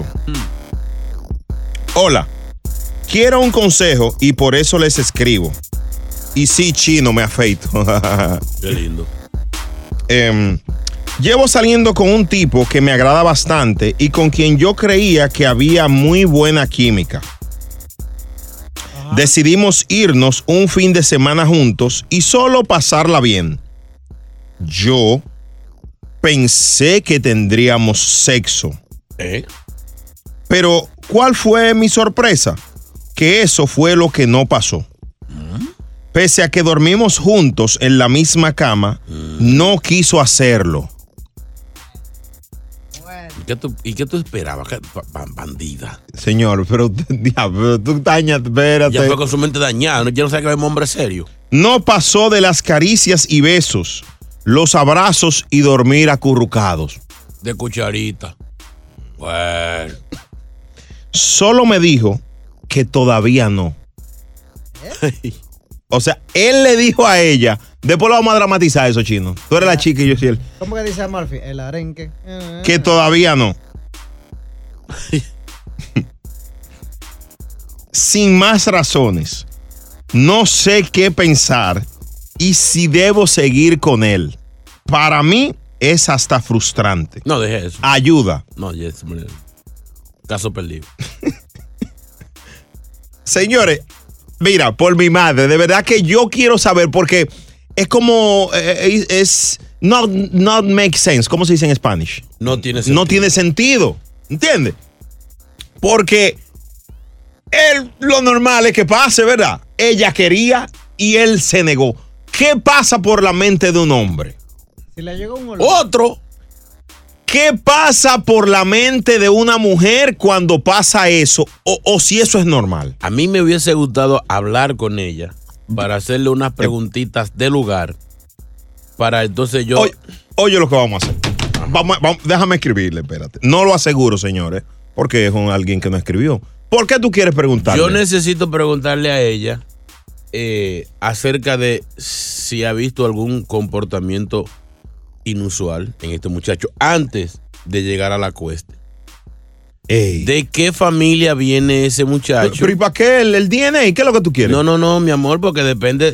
Hola, quiero un consejo y por eso les escribo. Y sí, Chino, me afeito. Qué lindo. Llevo saliendo con un tipo que me agrada bastante y con quien yo creía que había muy buena química. Decidimos irnos un fin de semana juntos y solo pasarla bien. Yo pensé que tendríamos sexo. Pero ¿cuál fue mi sorpresa? Que eso fue lo que no pasó. Pese a que dormimos juntos en la misma cama, no quiso hacerlo. ¿Y qué tú esperabas, bandida? Señor, pero tú dañas, espérate. Ya fue con su mente dañada, ya no sabe que es un hombre serio. No pasó de las caricias y besos, los abrazos y dormir acurrucados. De cucharita. Bueno. Solo me dijo que todavía no. O sea, él le dijo a ella, después lo vamos a dramatizar eso, Chino. Tú eres la chica y yo soy él. ¿Cómo que dice Murphy? El arenque. Que todavía no. Sin más razones, no sé qué pensar y si debo seguir con él. Para mí es hasta frustrante. No, deje eso. Ayuda. No, caso perdido. Señores, mira, por mi madre, de verdad que yo quiero saber porque es como, es not make sense. ¿Cómo se dice en Spanish? No tiene sentido. No tiene sentido, ¿entiendes? Porque lo normal es que pase, ¿verdad? Ella quería y él se negó. ¿Qué pasa por la mente de un hombre? Si le llegó un olor. Otro. ¿Qué pasa por la mente de una mujer cuando pasa eso? O si eso es normal. A mí me hubiese gustado hablar con ella para hacerle unas preguntitas de lugar. Para entonces yo... Oye lo que vamos a hacer. Vamos, déjame escribirle, espérate. No lo aseguro, señores, porque es alguien que no escribió. ¿Por qué tú quieres preguntarle? Yo necesito preguntarle a ella acerca de si ha visto algún comportamiento inusual en este muchacho antes de llegar a la cuesta. ¿De qué familia viene ese muchacho? ¿Pero y para qué? ¿El DNA? ¿Qué es lo que tú quieres? No, mi amor, porque depende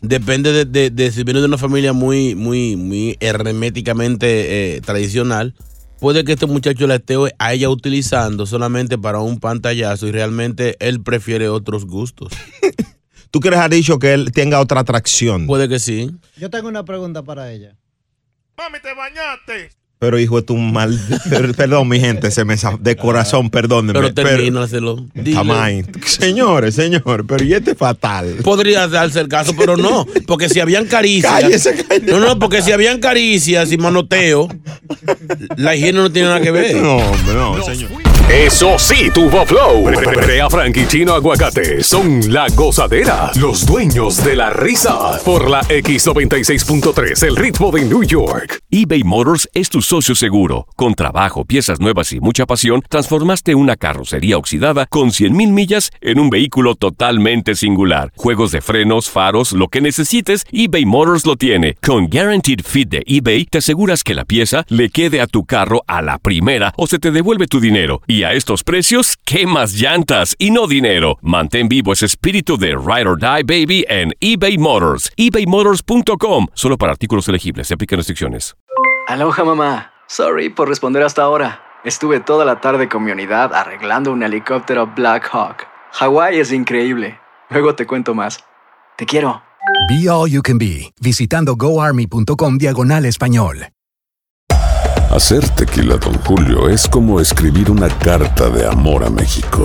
de si viene de una familia muy herméticamente tradicional. Puede que este muchacho la esté a ella utilizando solamente para un pantallazo y realmente él prefiere otros gustos. ¿Tú quieres haber dicho que él tenga otra atracción? Puede que sí. Yo tengo una pregunta para ella. Mami, te bañaste. Pero hijo de tu mal... Perdón, mi gente, de corazón, perdónenme. Pero termínaselo. Señores, pero y este fatal. Podría darse el caso, pero no. Porque si habían caricias... Cállese. No, porque si habían caricias y manoteo, la higiene no tiene nada que ver. No, señor. Eso sí, tuvo flow. Brea Frank y Chino Aguacate son la gozadera, los dueños de la risa. Por la X96.3, el ritmo de New York. eBay Motors es tu socio seguro. Con trabajo, piezas nuevas y mucha pasión, transformaste una carrocería oxidada con 100,000 millas en un vehículo totalmente singular. Juegos de frenos, faros, lo que necesites, eBay Motors lo tiene. Con Guaranteed Fit de eBay, te aseguras que la pieza le quede a tu carro a la primera o se te devuelve tu dinero. Y a estos precios, ¿qué más llantas y no dinero? Mantén vivo ese espíritu de Ride or Die, baby, en eBay Motors. ebaymotors.com. Solo para artículos elegibles. Se aplican restricciones. Aloha, mamá. Sorry por responder hasta ahora. Estuve toda la tarde con mi unidad arreglando un helicóptero Black Hawk. Hawái es increíble. Luego te cuento más. Te quiero. Be All You Can Be, visitando goarmy.com/español. Hacer tequila Don Julio es como escribir una carta de amor a México.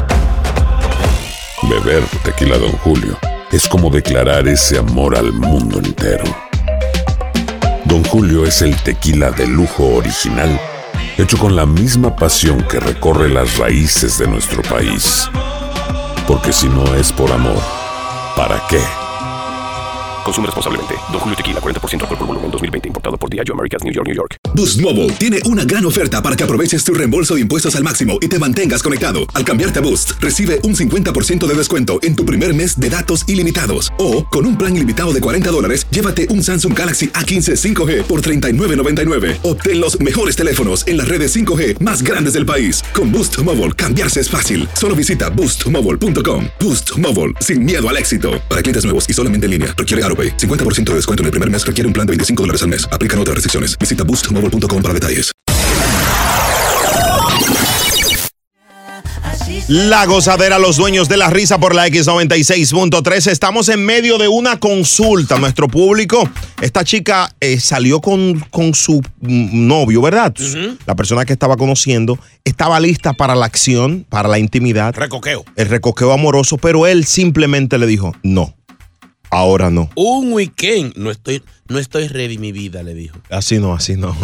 Beber tequila Don Julio es como declarar ese amor al mundo entero. Don Julio es el tequila de lujo original, hecho con la misma pasión que recorre las raíces de nuestro país. Porque si no es por amor, ¿para qué? Consume responsablemente. Don Julio Tequila, 40% alcohol por volumen, 2020. Importado por Diageo Americas, New York, New York. Boost Mobile tiene una gran oferta para que aproveches tu reembolso de impuestos al máximo y te mantengas conectado. Al cambiarte a Boost, recibe un 50% de descuento en tu primer mes de datos ilimitados. O, con un plan ilimitado de $40, llévate un Samsung Galaxy A15 5G por $39.99. Obtén los mejores teléfonos en las redes 5G más grandes del país. Con Boost Mobile, cambiarse es fácil. Solo visita boostmobile.com. Boost Mobile, sin miedo al éxito. Para clientes nuevos y solamente en línea, requiere AutoPay. 50% de descuento en el primer mes requiere un plan de $25 al mes. Aplican otras restricciones. Visita boostmobile.com para detalles. Así La gozadera, los dueños de la risa por la X96.3. Estamos en medio de una consulta. Nuestro público, esta chica salió con su novio, ¿verdad? La persona que estaba conociendo estaba lista para la acción, para la intimidad. Recoqueo. El recoqueo amoroso, pero él simplemente le dijo, no, ahora no. Un weekend, no estoy ready, mi vida, le dijo. Así no.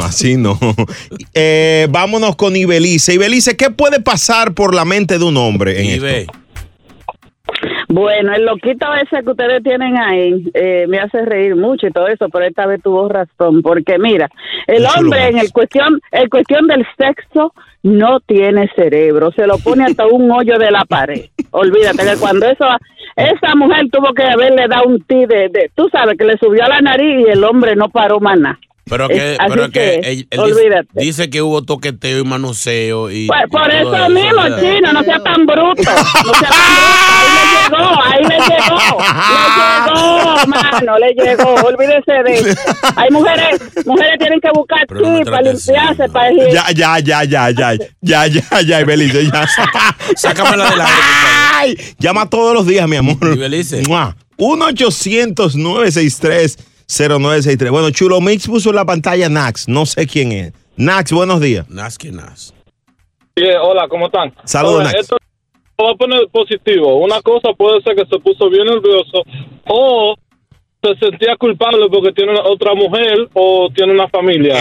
Vámonos con Ibelice. Ibelice, ¿qué puede pasar por la mente de un hombre en esto? Bueno, el loquito ese que ustedes tienen ahí me hace reír mucho y todo eso, pero esta vez tuvo razón, porque mira, el hombre en el cuestión del sexo no tiene cerebro, se lo pone hasta un hoyo de la pared. Olvídate que cuando esa mujer tuvo que haberle dado un ti tú sabes, que le subió a la nariz y el hombre no paró más nada. Pero que él dice que hubo toqueteo y manoseo. Y por eso mismo, Chino, no sea tan bruto. Ahí le llegó, olvídese de eso. Hay mujeres tienen que buscar tips para limpiarse, para elegir. Ya, Ibelice, ya. Sácamela de la Ay, llama todos los días, mi amor. Ibelice. 1-800-963-0963. Bueno, Chulo Mix puso en la pantalla Nax. No sé quién es. Nax, buenos días. Nax. Sí, hola, ¿cómo están? Saludos, Nax. Esto lo voy a poner positivo. Una cosa puede ser que se puso bien nervioso o se sentía culpable porque tiene otra mujer o tiene una familia.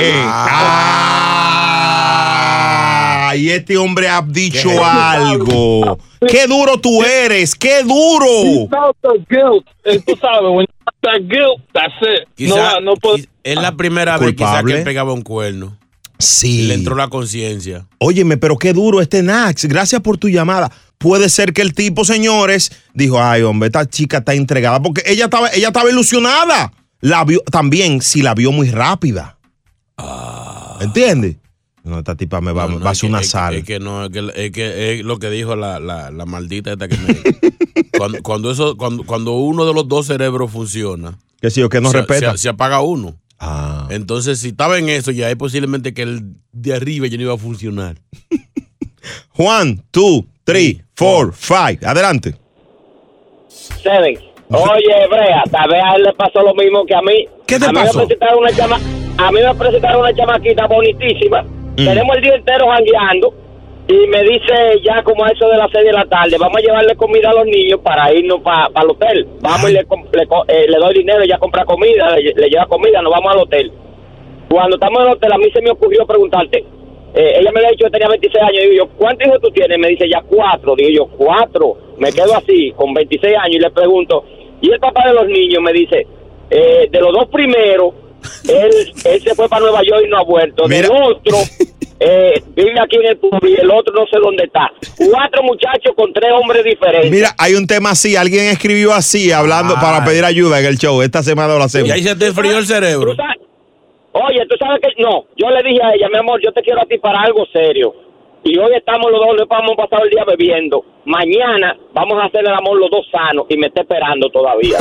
Y este hombre ha dicho algo. ¡Qué duro tú eres! ¡Qué duro! Tú sabes, when you that guilt, that's it. No puede. Es la primera vez quizás que él pegaba un cuerno. Sí. Le entró la conciencia. Óyeme, pero qué duro este Nax. Gracias por tu llamada. Puede ser que el tipo, señores, dijo, ay, hombre, esta chica está entregada. Porque ella estaba ilusionada. La vio también, si la vio muy rápida. ¿Entiendes? No, esta tipa me va a hacer una sal. Es que lo que dijo la maldita esta que me... cuando uno de los dos cerebros funciona... Que sí o que no respeta. Se apaga uno. Entonces, si estaba en eso, ya es posiblemente que el de arriba ya no iba a funcionar. Juan, 2, 3, 4, 5. Adelante. 7. Oye, Brea, tal vez a él le pasó lo mismo que a mí. ¿Qué te pasó? A mí me presentaron una chamaquita bonitísima. Tenemos el día entero jangueando y me dice ya como a eso de las 6 de la tarde, vamos a llevarle comida a los niños para irnos para el hotel. Vamos y le doy dinero, ella compra comida, le lleva comida, nos vamos al hotel. Cuando estamos en el hotel, a mí se me ocurrió preguntarte. Ella me había dicho que tenía 26 años. Digo yo, ¿cuántos hijos tú tienes? Me dice, ya 4. Digo yo, 4. Me quedo así, con 26 años, y le pregunto, ¿y el papá de los niños? Me dice, de los 2 primeros, él se fue para Nueva York y no ha vuelto. Del otro, vive aquí en el pueblo y el otro no sé dónde está. 4 muchachos con 3 hombres diferentes. Mira, hay un tema así, alguien escribió así, hablando para pedir ayuda en el show. Esta semana lo hacemos. Y ahí se te enfrió el cerebro. Oye, tú sabes que no, yo le dije a ella, mi amor, yo te quiero a ti para algo serio. Y hoy estamos los dos, le vamos a pasar el día bebiendo. Mañana vamos a hacer el amor los dos sanos y me está esperando todavía.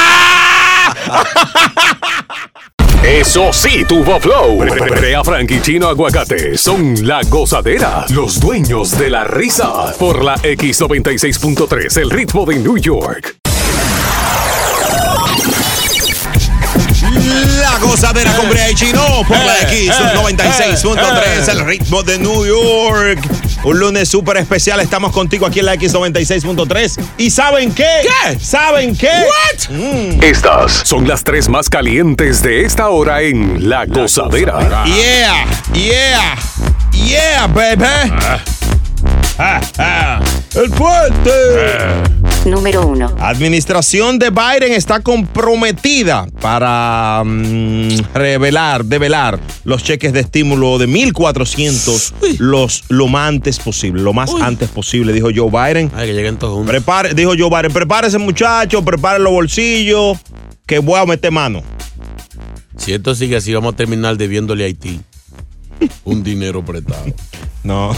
Eso sí, tuvo flow. Brea Frank y Chino Aguacate son la gozadera, los dueños de la risa. Por la X96.3, el ritmo de New York. La gozadera con Brea y Chino por la X96.3, el ritmo de New York. Un lunes súper especial, estamos contigo aquí en la X96.3. ¿Y saben qué? ¿Qué? ¿Saben qué? What? Estas son las 3 más calientes de esta hora en La Gozadera. Yeah, baby. El fuerte. Número 1. Administración de Biden está comprometida para develar los cheques de estímulo de $1,400 lo más antes posible. Lo más antes posible, dijo Joe Biden. Ay, que lleguen todos juntos. Dijo Joe Biden, prepárese muchachos, preparen los bolsillos, que voy a meter mano. Si esto sigue así, vamos a terminar debiéndole a Haití un dinero prestado. No.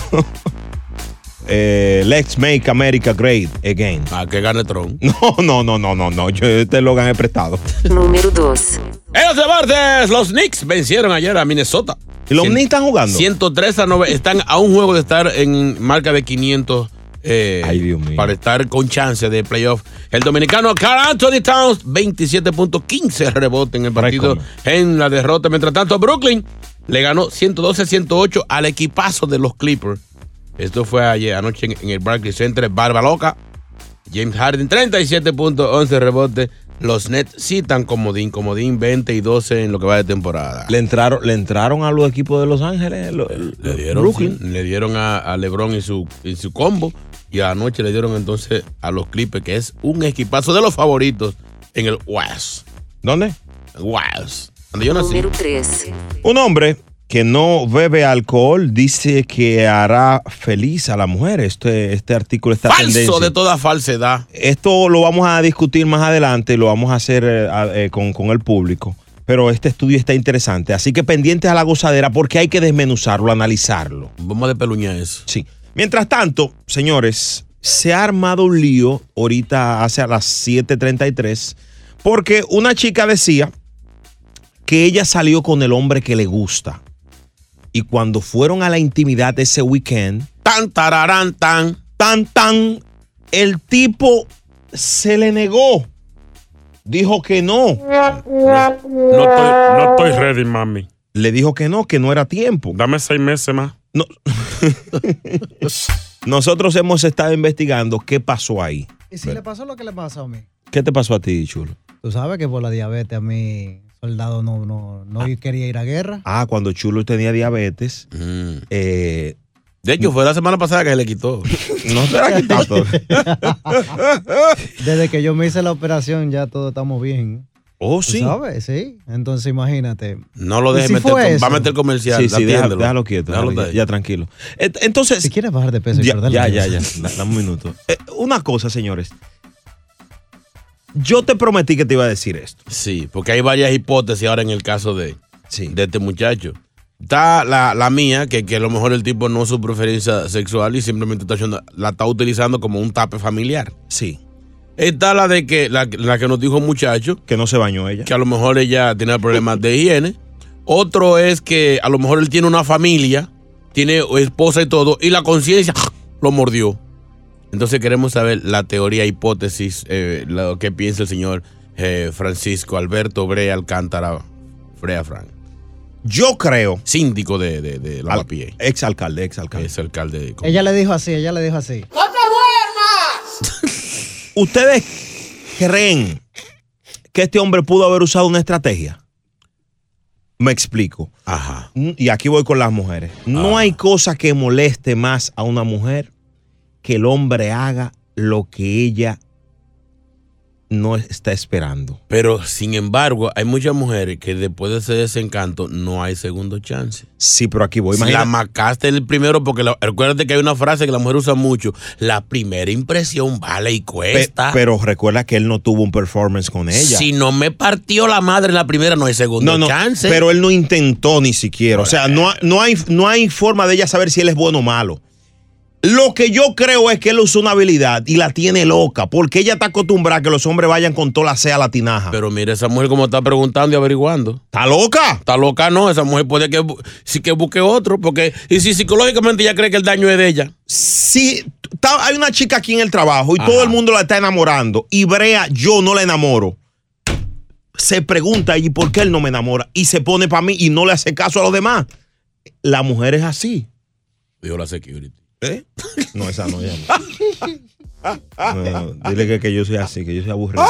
Let's make America great again. Que gane Trump. No. Yo este lo gané prestado. Número 2. En los deportes, los Knicks vencieron ayer a Minnesota. ¿Y los Knicks están jugando? 103-9. Están a un juego de estar en marca de 500 para estar con chance de playoff. El dominicano Karl Anthony Towns, 27.15 rebote en el partido en la derrota. Mientras tanto, Brooklyn le ganó 112-108 al equipazo de los Clippers. Esto fue ayer anoche en el Barclays Center. Barba loca. James Harden, 37.11 rebote. Los Nets citan comodín 20 y 12 en lo que va de temporada. Le entraron a los equipos de Los Ángeles. Le dieron a LeBron y su combo. Y anoche le dieron entonces a los Clippers, que es un equipazo de los favoritos en el West. ¿Dónde? West. Donde yo nací. Número 3. Un hombre que no bebe alcohol dice que hará feliz a la mujer. Este artículo está tendencia. Falso de toda falsedad. Esto lo vamos a discutir más adelante, lo vamos a hacer con el público. Pero este estudio está interesante. Así que pendientes a la gozadera porque hay que desmenuzarlo, analizarlo. Vamos a despeluñar eso. Sí. Mientras tanto, señores, se ha armado un lío ahorita hace a las 7:33 porque una chica decía que ella salió con el hombre que le gusta. Y cuando fueron a la intimidad ese weekend, el tipo se le negó. Dijo que no. No estoy ready, mami. Le dijo que no era tiempo. Dame 6 meses más. No. Nosotros hemos estado investigando qué pasó ahí. ¿Y si le pasó lo que le pasó a mí? ¿Qué te pasó a ti, chulo? Tú sabes que por la diabetes a mí, soldado no quería ir a guerra. Cuando Chulo tenía diabetes. De hecho, fue la semana pasada que se le quitó. No se la quitó. Desde que yo me hice la operación ya todo estamos bien. Oh, sí. ¿Sabes? Sí. Entonces imagínate. No lo dejes meter. Va a meter comercial. Sí, déjalo quieto. Ya tranquilo. Entonces. Si quieres bajar de peso. Ya. Dame un minuto. Una cosa, señores. Yo te prometí que te iba a decir esto. Sí, porque hay varias hipótesis ahora en el caso de este muchacho. Está la mía, que a lo mejor el tipo no es su preferencia sexual y simplemente la está utilizando como un tape familiar. Sí. Está la de que la que nos dijo un muchacho. Que no se bañó ella. Que a lo mejor ella tiene problemas de higiene. Otro es que a lo mejor él tiene una familia, tiene esposa y todo, y la conciencia lo mordió. Entonces queremos saber la teoría, hipótesis, lo que piensa el señor Francisco Alberto Brea Alcántara Brea Frank. Yo creo. Síndico de Lavapié. Exalcalde. Exalcalde. Ella le dijo así. ¡No te duermas! ¿Ustedes creen que este hombre pudo haber usado una estrategia? Me explico. Ajá. Y aquí voy con las mujeres. No hay cosa que moleste más a una mujer que el hombre haga lo que ella no está esperando. Pero, sin embargo, hay muchas mujeres que después de ese desencanto no hay segundo chance. Sí, pero aquí voy. La macaste el primero porque recuérdate que hay una frase que la mujer usa mucho. La primera impresión vale y cuesta. Pero recuerda que él no tuvo un performance con ella. Si no me partió la madre en la primera, no hay segundo chance. Pero él no intentó ni siquiera. O sea, no hay forma de ella saber si él es bueno o malo. Lo que yo creo es que él usó una habilidad y la tiene loca, porque ella está acostumbrada a que los hombres vayan con toda la sea la tinaja. Pero mira, esa mujer como está preguntando y averiguando. ¿Está loca? Está loca, no. Esa mujer puede que busque otro, porque y si psicológicamente ella cree que el daño es de ella. Sí, hay una chica aquí en el trabajo y todo el mundo la está enamorando. Y Brea, yo no la enamoro. Se pregunta y ¿por qué él no me enamora? Y se pone para mí y no le hace caso a los demás. La mujer es así. Dijo la security. ¿Eh? No, esa no, ya no. Dile que yo soy así, que yo soy aburrido.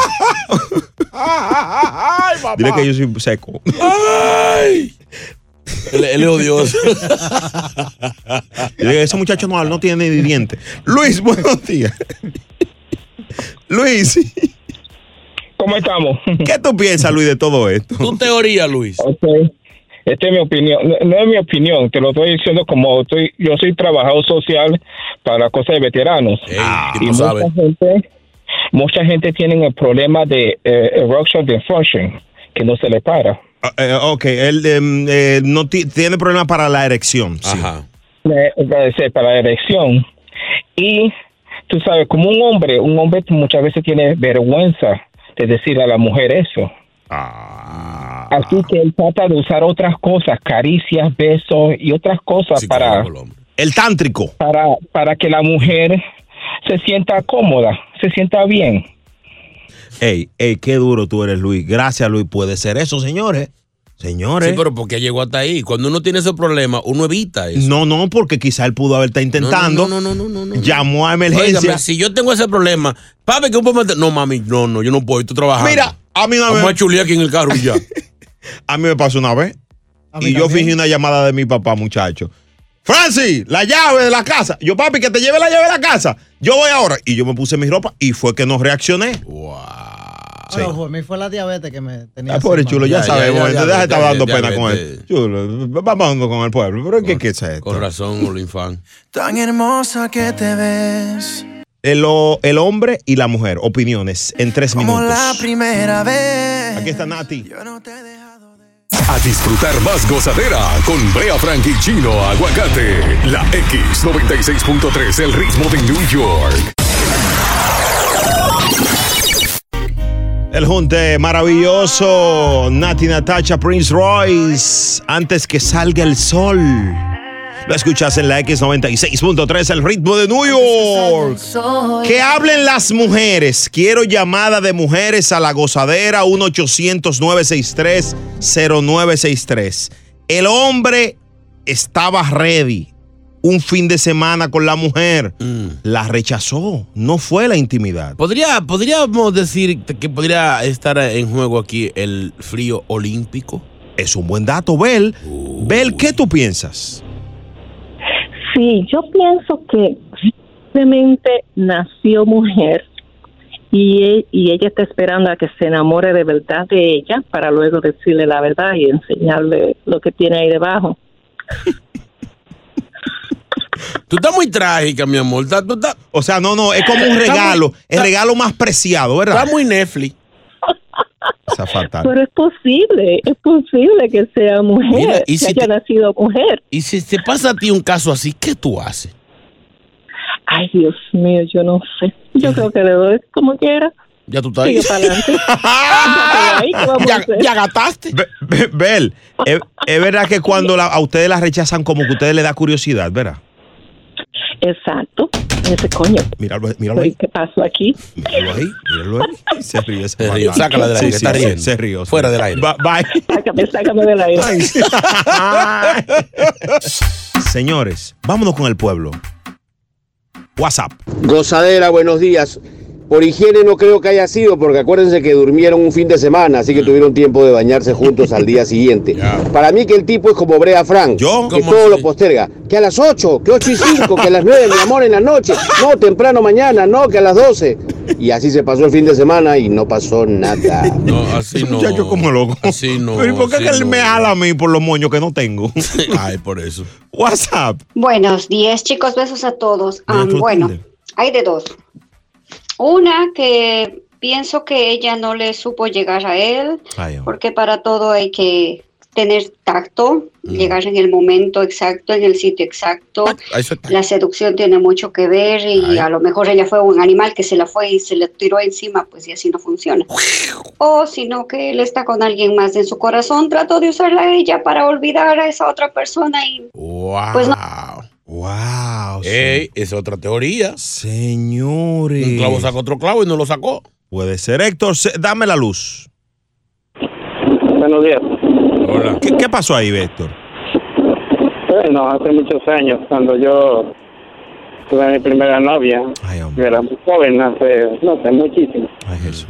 Ay, dile que yo soy seco. Ay. Él es odioso. Dile que ese muchacho no tiene ni dientes. Luis, buenos días. Luis. ¿Cómo estamos? ¿Qué tú piensas, Luis, de todo esto? Tu teoría, Luis. Okay. Esta es mi opinión, no es mi opinión, te lo estoy diciendo como yo soy trabajador social para cosas de veteranos. Y mucha gente tiene el problema de erectile dysfunction, que no se le para. Ok, él no tiene problema para la erección. Ajá. Sí. Para la erección. Y tú sabes, como un hombre muchas veces tiene vergüenza de decirle a la mujer eso. Así que él trata de usar otras cosas, caricias, besos y otras cosas para... El tántrico. Para que la mujer se sienta cómoda, se sienta bien. Ey, qué duro tú eres, Luis. Gracias, Luis. Puede ser eso, señores. Señores. Sí, pero ¿por qué llegó hasta ahí? Cuando uno tiene ese problema, uno evita eso. No, porque quizá él pudo haber estado intentando. No. Llamó a emergencia. Óigame, si yo tengo ese problema, papi, que un poco. No, mami, no, yo no puedo, estoy trabajando. Mira, a mí una vez. Vamos a chulear aquí en el carro y ya. A mí me pasó una vez. Y yo fingí una llamada de mi papá, muchacho. Francis, la llave de la casa. Yo, papi, que te lleve la llave de la casa. Yo voy ahora. Y yo me puse mi ropa y fue que no reaccioné. Wow. Sí. A mí fue la diabetes que me tenía. Pobre chulo, ya sabemos. Deja de estar dando pena con él. Chulo, vamos con el pueblo. ¿Pero qué es esto? Con razón, Olinfán. Tan hermosa que te ves. El hombre y la mujer. Opiniones en 3 minutos. Como la primera vez. Aquí está Nati. Yo no te he dejado de... A disfrutar más gozadera con Brea Frank y Chino Aguacate. La X96.3, el ritmo de New York. El junte maravilloso, Nati Natasha, Prince Royce, antes que salga el sol. Lo escuchas en la X96.3, el ritmo de New York. Que hablen las mujeres. Quiero llamada de mujeres a la gozadera 1-800-963-0963. El hombre estaba ready. Un fin de semana con la mujer. La rechazó. No fue la intimidad. ¿Podríamos decir que podría estar en juego aquí el frío olímpico? Es un buen dato, Bel. Bel, ¿qué tú piensas? Sí, yo pienso que simplemente nació mujer y ella está esperando a que se enamore de verdad de ella para luego decirle la verdad y enseñarle lo que tiene ahí debajo. Tú estás muy trágica, mi amor. O sea, no, es como un regalo. El regalo más preciado, ¿verdad? Está muy Netflix. Está fatal. Pero es posible que sea mujer, mira, y que haya nacido mujer. Y si te pasa a ti un caso así, ¿qué tú haces? Ay, Dios mío, yo no sé. Yo creo que le doy como quiera. Ya tú estás ahí. Sigue para adelante. Ya gataste. Bel, es verdad que cuando a ustedes la rechazan, como que a ustedes les da curiosidad, ¿verdad? Exacto. Ese coño. Míralo ahí. ¿Qué pasó aquí? Míralo ahí. Se ríe. Sácala del aire. Está riendo. Se rió. Fuera del aire. Bye. Sácame del aire. Señores, vámonos con el pueblo. WhatsApp. Gozadera, buenos días. Por higiene no creo que haya sido, porque acuérdense que durmieron un fin de semana, así que tuvieron tiempo de bañarse juntos al día siguiente. Para mí que el tipo es como Brea Frank, que todo lo posterga. Que a las 8, que 8:05, que a las 9, mi amor, en la noche. No, temprano mañana, no, que a las 12. Y así se pasó el fin de semana y no pasó nada. No, así no. Muchacho como loco. Así no. Pero ¿y por qué que él me jala a mí por los moños que no tengo? Ay, por eso. WhatsApp. Buenos días, chicos, besos a todos. Bueno, hay de dos. Una, que pienso que ella no le supo llegar a él, porque para todo hay que tener tacto, llegar en el momento exacto, en el sitio exacto. La seducción tiene mucho que ver y a lo mejor ella fue un animal que se la fue y se le tiró encima, pues y así no funciona. O sino que él está con alguien más en su corazón, trató de usarla a ella para olvidar a esa otra persona y pues no. Wow. Es otra teoría. Señores. Un clavo saca otro clavo y no lo sacó. Puede ser. Héctor, dame la luz. Buenos días. Hola. ¿Qué pasó ahí, Héctor? Bueno, hace muchos años, cuando yo tuve mi primera novia, yo era muy joven, hace muchísimo. Ay, Jesús.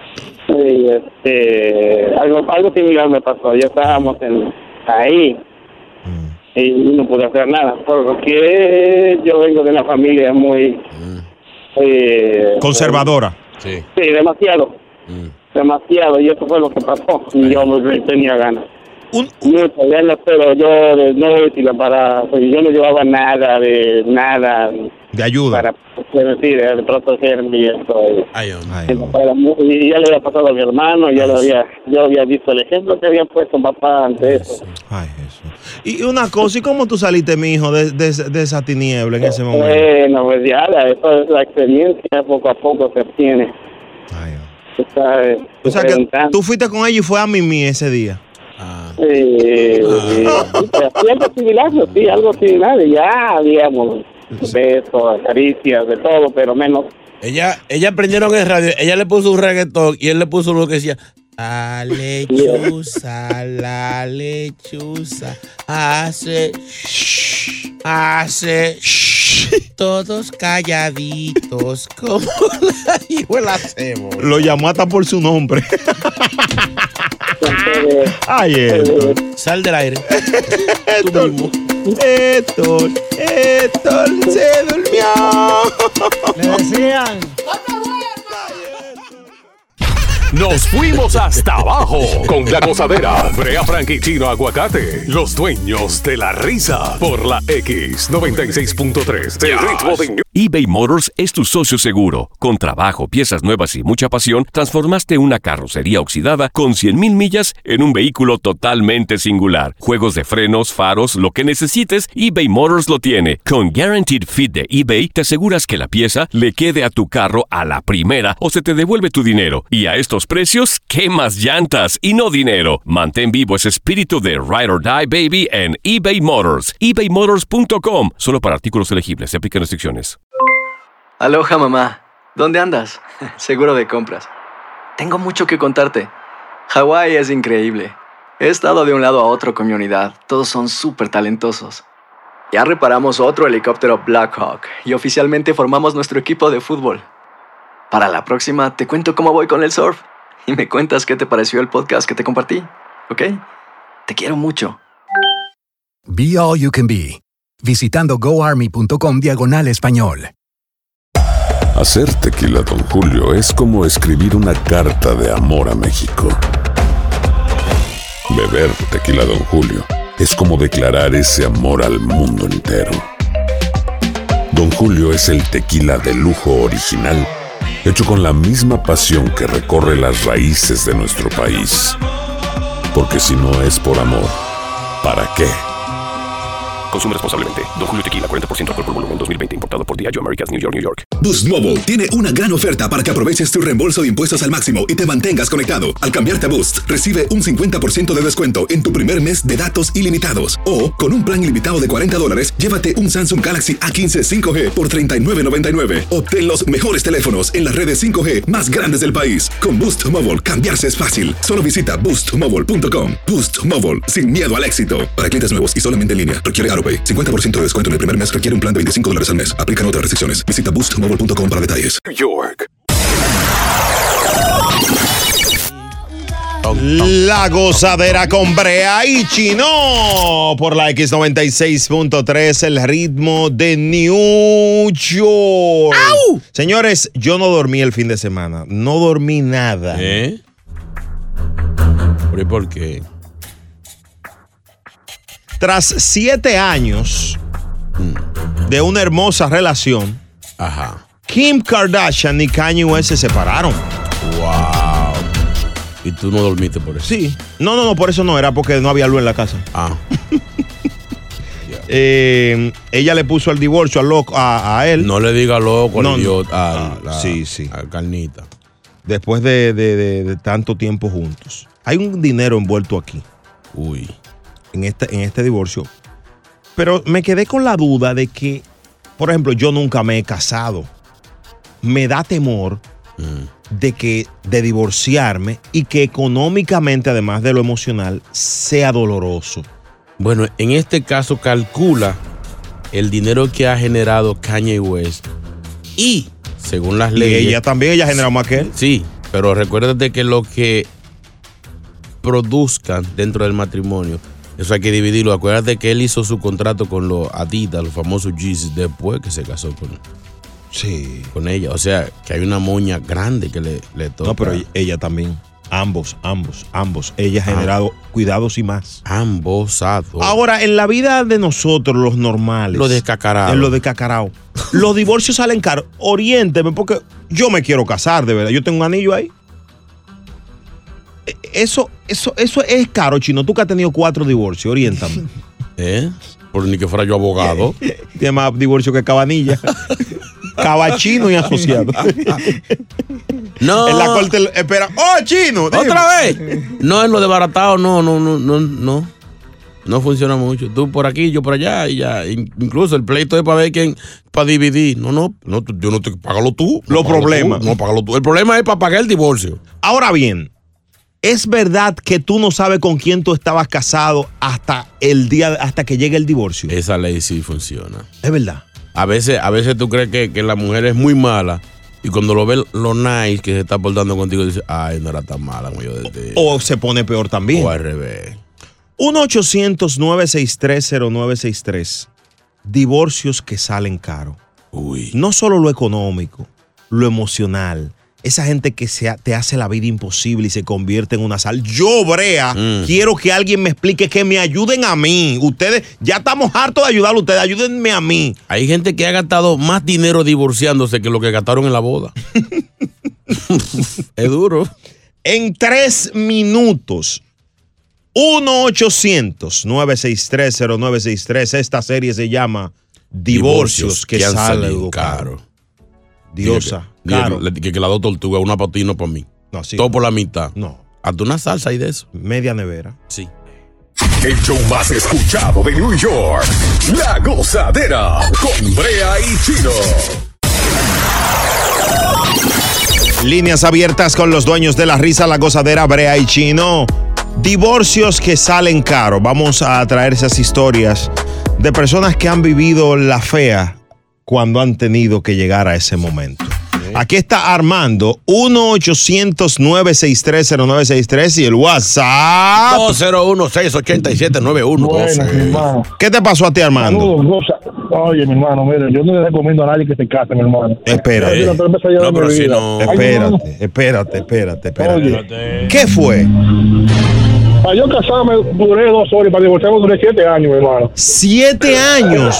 Y algo similar me pasó. Ya estábamos ahí. Y no pude hacer nada, porque yo vengo de una familia muy conservadora. Sí, demasiado. Demasiado, y eso fue lo que pasó. Y yo tenía ganas. Muchas ganas, pero yo no yo no llevaba nada de ayuda para de protegerme y eso. Y ya le había pasado a mi hermano, yo había visto el ejemplo que había puesto papá ante eso. Ay, Jesús. Y una cosa, ¿y cómo tú saliste, mi hijo, de esa tiniebla en ese momento? Bueno, pues ya, eso es la experiencia, poco a poco se obtiene. O sea que tú fuiste con ella y fue a Mimi ese día. Algo similar, sí, algo similar, y ya, digamos, besos, caricias, de todo, pero menos. Ella prendieron el radio, ella le puso un reggaetón y él le puso lo que decía, la lechuza, hace, todos calladitos, como la hijuela cebolla. Lo llamó hasta por su nombre. Ay, Héctor. Sal del aire. Héctor se durmió. Le decían. Nos fuimos hasta abajo con la gozadera. Brea Frank y Chino Aguacate, los dueños de la risa. Por la X96.3 del ritmo de eBay Motors es tu socio seguro. Con trabajo, piezas nuevas y mucha pasión, transformaste una carrocería oxidada con 100,000 millas en un vehículo totalmente singular. Juegos de frenos, faros, lo que necesites, eBay Motors lo tiene. Con Guaranteed Fit de eBay, te aseguras que la pieza le quede a tu carro a la primera o se te devuelve tu dinero. Y a estos precios, quemas llantas y no dinero. Mantén vivo ese espíritu de Ride or Die, baby, en eBay Motors. ebaymotors.com. Solo para artículos elegibles. Se aplican restricciones. Aloha, mamá. ¿Dónde andas? Seguro de compras. Tengo mucho que contarte. Hawái es increíble. He estado de un lado a otro con mi unidad. Todos son súper talentosos. Ya reparamos otro helicóptero Blackhawk y oficialmente formamos nuestro equipo de fútbol. Para la próxima te cuento cómo voy con el surf y me cuentas qué te pareció el podcast que te compartí, ¿ok? Te quiero mucho. Be All You Can Be, visitando goarmy.com/español. Hacer tequila Don Julio es como escribir una carta de amor a México. Beber tequila Don Julio es como declarar ese amor al mundo entero. Don Julio es el tequila de lujo original, hecho con la misma pasión que recorre las raíces de nuestro país. Porque si no es por amor, ¿para qué? Consume responsablemente. Don Julio Tequila, 40% alcohol por volumen, 2020. Importado por Diageo Americas, New York, New York. Boost Mobile tiene una gran oferta para que aproveches tu reembolso de impuestos al máximo y te mantengas conectado. Al cambiarte a Boost, recibe un 50% de descuento en tu primer mes de datos ilimitados. O, con un plan ilimitado de $40, llévate un Samsung Galaxy A15 5G por $39.99. Obtén los mejores teléfonos en las redes 5G más grandes del país. Con Boost Mobile, cambiarse es fácil. Solo visita boostmobile.com. Boost Mobile, sin miedo al éxito. Para clientes nuevos y solamente en línea, requiere AutoPay. 50% de descuento en el primer mes requiere un plan de $25 al mes. Aplican otras restricciones. Visita boostmobile.com para detalles. New York. La gozadera con Brea y Chino por la X96.3, el ritmo de New York. ¡Au! Señores, yo no dormí el fin de semana. No dormí nada. ¿Por qué? Tras 7 años de una hermosa relación, Kim Kardashian y Kanye West se separaron. Wow. ¿Y tú no dormiste por eso? Sí. No, por eso no. Era porque no había luz en la casa. Ella le puso el divorcio a él. No le diga loco al idiota. Sí. A Carnita. Después de tanto tiempo juntos. Hay un dinero envuelto aquí. Uy. En este divorcio. Pero me quedé con la duda de que, por ejemplo, yo nunca me he casado. Me da temor de divorciarme y que económicamente, además de lo emocional, sea doloroso. Bueno, en este caso calcula el dinero que ha generado Kanye West y, según las leyes... Y ella también, ella genera más que él. Sí, pero recuérdate que lo que produzcan dentro del matrimonio, eso hay que dividirlo. Acuérdate que él hizo su contrato con los Adidas, los famosos Yeezys, después que se casó con ella. O sea, que hay una moña grande que le toca. No, pero ella también. Ambos. Ella ha generado cuidados y más. Ambos. Ahora, en la vida de nosotros, los normales. Lo de cacarao. En lo de cacarao. Los divorcios salen caros. Oriénteme, porque yo me quiero casar, de verdad. Yo tengo un anillo ahí. Eso es caro, Chino. Tú que has tenido 4 divorcios, oriéntame. Por ni que fuera yo abogado. Tiene más divorcio que Cabanilla. Cabachino y asociado. No. En la corte espera. ¡Oh, Chino! ¡Otra vez! No, en lo desbaratado, no. No funciona mucho. Tú por aquí, yo por allá y ya. Incluso el pleito es para ver quién, para dividir. No, yo no te págalo tú. Los problemas. No, págalo tú. El problema es para pagar el divorcio. Ahora bien, ¿es verdad que tú no sabes con quién tú estabas casado hasta que llegue el divorcio? Esa ley sí funciona. Es verdad. A veces tú crees que la mujer es muy mala y cuando lo ve lo nice que se está portando contigo, dice, ay, no era tan mala como yo desde. O se pone peor también. O al revés. 1-800-963-0963. Divorcios que salen caro. Uy. No solo lo económico, lo emocional. Esa gente que te hace la vida imposible y se convierte en una sal. Yo, Brea, quiero que alguien me explique, que me ayuden a mí. Ustedes, ya estamos hartos de ayudar a ustedes, ayúdenme a mí. Hay gente que ha gastado más dinero divorciándose que lo que gastaron en la boda. Es duro. En 3 minutos. 1-800-963-0963. Esta serie se llama Divorcios que salen caro. Diosa. Claro. Que la dos tortugas, una para ti y una para mí. No, sí, todo por la mitad. No. Hazte una salsa y de eso. Media nevera. Sí. El show más escuchado de New York. La Gozadera con Brea y Chino. Líneas abiertas con los dueños de la risa, La Gozadera, Brea y Chino. Divorcios que salen caro. Vamos a traer esas historias de personas que han vivido la fea cuando han tenido que llegar a ese momento. Aquí está Armando, 1-800-963-0963 y el WhatsApp 201-687-9112. ¿Qué te pasó a ti, Armando? Oye, mi hermano, mire, yo no le recomiendo a nadie que se case, mi hermano. Espérate. Espérate. Oye. ¿Qué fue? Para yo casarme duré 2 horas y para divorciarme duré 7 años, mi hermano. 7 años.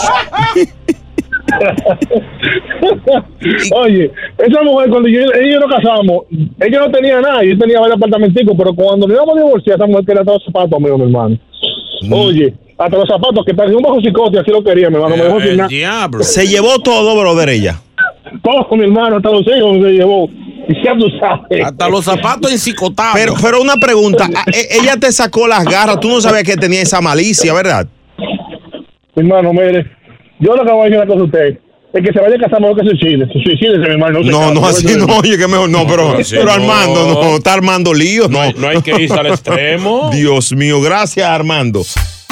Oye, esa mujer, cuando ellos nos casamos, ella no tenía nada, yo tenía varios apartamenticos, pero cuando nos íbamos a divorciar, esa mujer quería todos los zapatos míos, mi hermano. Oye, hasta los zapatos, que parecía un bajo psicote, así lo quería, mi hermano. Me dejó sin nada. Diablo. Se llevó todo, brother, ella. Todo, mi hermano, hasta los hijos se llevó. Ya tú sabes. Hasta los zapatos encicotados. Pero una pregunta, ella te sacó las garras, tú no sabías que tenía esa malicia, ¿verdad? Mi hermano, mire, yo lo que voy a decir una cosa a usted. El que se vaya a casar mejor que suicídese, mi hermano. No, así no, oye, que mejor no, pero Armando, no, está armando líos. No hay que irse al extremo. Dios mío, gracias, Armando.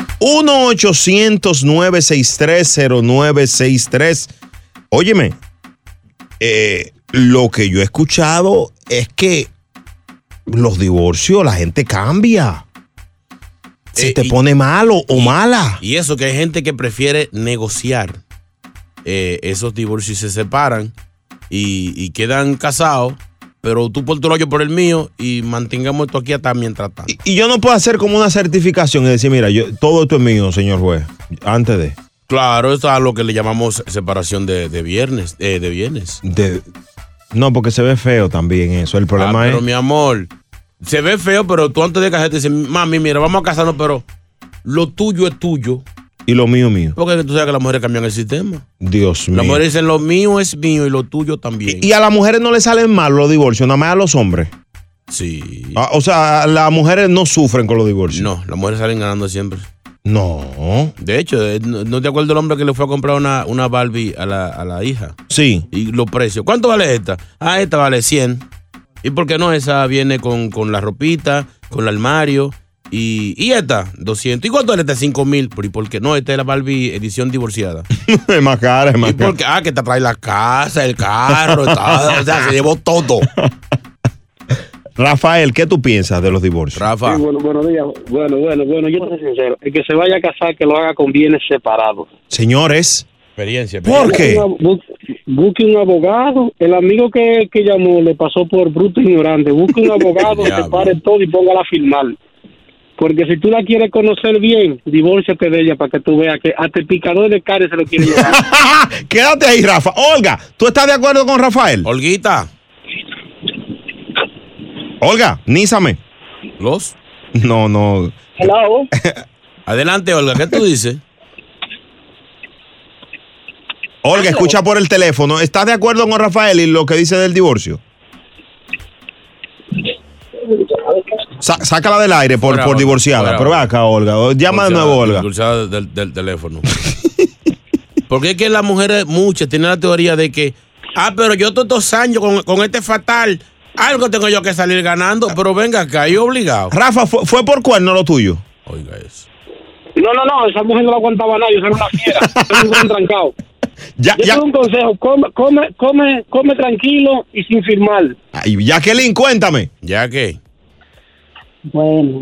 1-800-963-0963. Óyeme, lo que yo he escuchado es que los divorcios, la gente cambia. Se te pone malo o mala. Y eso, que hay gente que prefiere negociar esos divorcios y se separan y quedan casados, pero tú por tu lado, yo por el mío, y mantengamos esto aquí hasta mientras tanto. Y yo no puedo hacer como una certificación y decir, mira, todo esto es mío, señor juez, antes de. Claro, eso es lo que le llamamos separación de bienes. No, porque se ve feo también eso. El problema pero mi amor, se ve feo, pero tú antes de casarte dices, mami, mira, vamos a casarnos, pero lo tuyo es tuyo. Y lo mío, mío. Porque tú sabes que las mujeres cambian el sistema. Dios mío. Las mujeres dicen, lo mío es mío y lo tuyo también. ¿Y a las mujeres no les salen mal los divorcios, nada más a los hombres? Sí. O sea, las mujeres no sufren con los divorcios. No, las mujeres salen ganando siempre. No. De hecho, ¿no te acuerdas del hombre que le fue a comprar una Barbie a la hija? Sí. Y los precios. ¿Cuánto vale esta? Esta vale 100. ¿Y por qué no? Esa viene con la ropita, con el armario. Y esta, 200. ¿Y cuánto vale esta? 5,000. ¿Y por qué no? Esta es la Barbie edición divorciada. Es más cara, ¿Y por qué? Que te trae la casa, el carro, todo. O sea, se llevó todo. Rafael, ¿qué tú piensas de los divorcios? Rafa. Sí, buenos días. Bueno, yo te soy sincero. El que se vaya a casar, que lo haga con bienes separados. Señores. Experiencia. ¿Por qué? Busque un abogado. El amigo que llamó le pasó por bruto ignorante. Busque un abogado, separe todo y póngala a firmar. Porque si tú la quieres conocer bien, divórciate de ella para que tú veas que hasta el picador de carne se lo quiere llevar. Quédate ahí, Rafa. Olga, ¿tú estás de acuerdo con Rafael? Olguita. Olga, nízame. ¿Los? No. Hello. Adelante, Olga, ¿qué tú dices? Olga, escucha por el teléfono. ¿Estás de acuerdo con Rafael y lo que dice del divorcio? Sácala del aire por divorciada. Pero ve acá, Olga. Llama de nuevo, Olga. Divorciada del teléfono. Porque es que las mujeres, muchas, tienen la teoría de que, pero yo todos 2 años con este fatal, algo tengo yo que salir ganando, pero venga acá, yo obligado. Rafa, ¿fue por cuerno lo tuyo? Oiga eso. No, esa mujer no la aguantaba nadie, esa era una fiera, esa era un trancado. Yo te doy un consejo, come tranquilo y sin firmar. Ay, Jacqueline, cuéntame. ¿Ya qué? Bueno.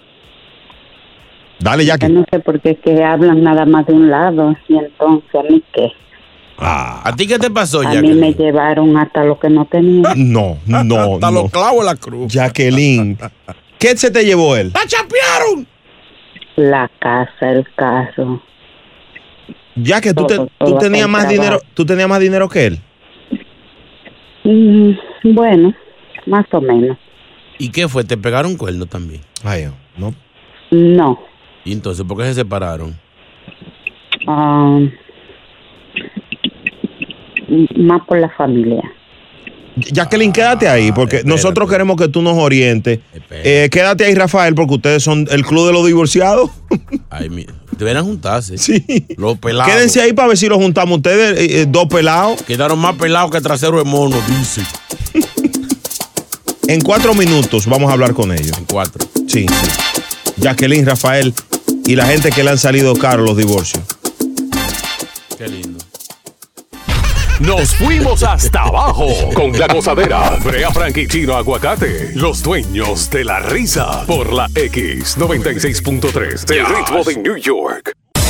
Dale, Jackie. Yo no sé por qué es que hablan nada más de un lado, y entonces, ¿a mí qué? ¿A ti qué te pasó, Jacqueline? A mí me llevaron hasta lo que no tenía. No. Hasta los clavos en la cruz. Jacqueline, ¿qué se te llevó él? ¡La chapearon! La casa, el carro. Ya que tú tenías más dinero, ¿tú tenías más dinero que él? Bueno, más o menos. ¿Y qué fue? ¿Te pegaron cuerno también? Ay, no. No. ¿Y entonces por qué se separaron? Más por la familia. Jacqueline, quédate ahí, porque nosotros queremos que tú nos orientes. Quédate ahí, Rafael, porque ustedes son el club de los divorciados. Ay, deberían juntarse. Sí. Los pelados. Quédense ahí para ver si los juntamos ustedes, 2 pelados. Quedaron más pelados que trasero de mono, dice. En 4 minutos vamos a hablar con ellos. En 4. Sí. Jacqueline, Rafael y la gente que le han salido caros los divorcios. Qué lindo. Nos fuimos hasta abajo con la gozadera. Brea Frank y Chino Aguacate, los dueños de la risa. Por la X96.3 del ritmo de New York.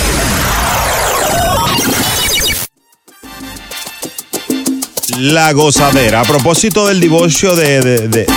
La gozadera. A propósito del divorcio de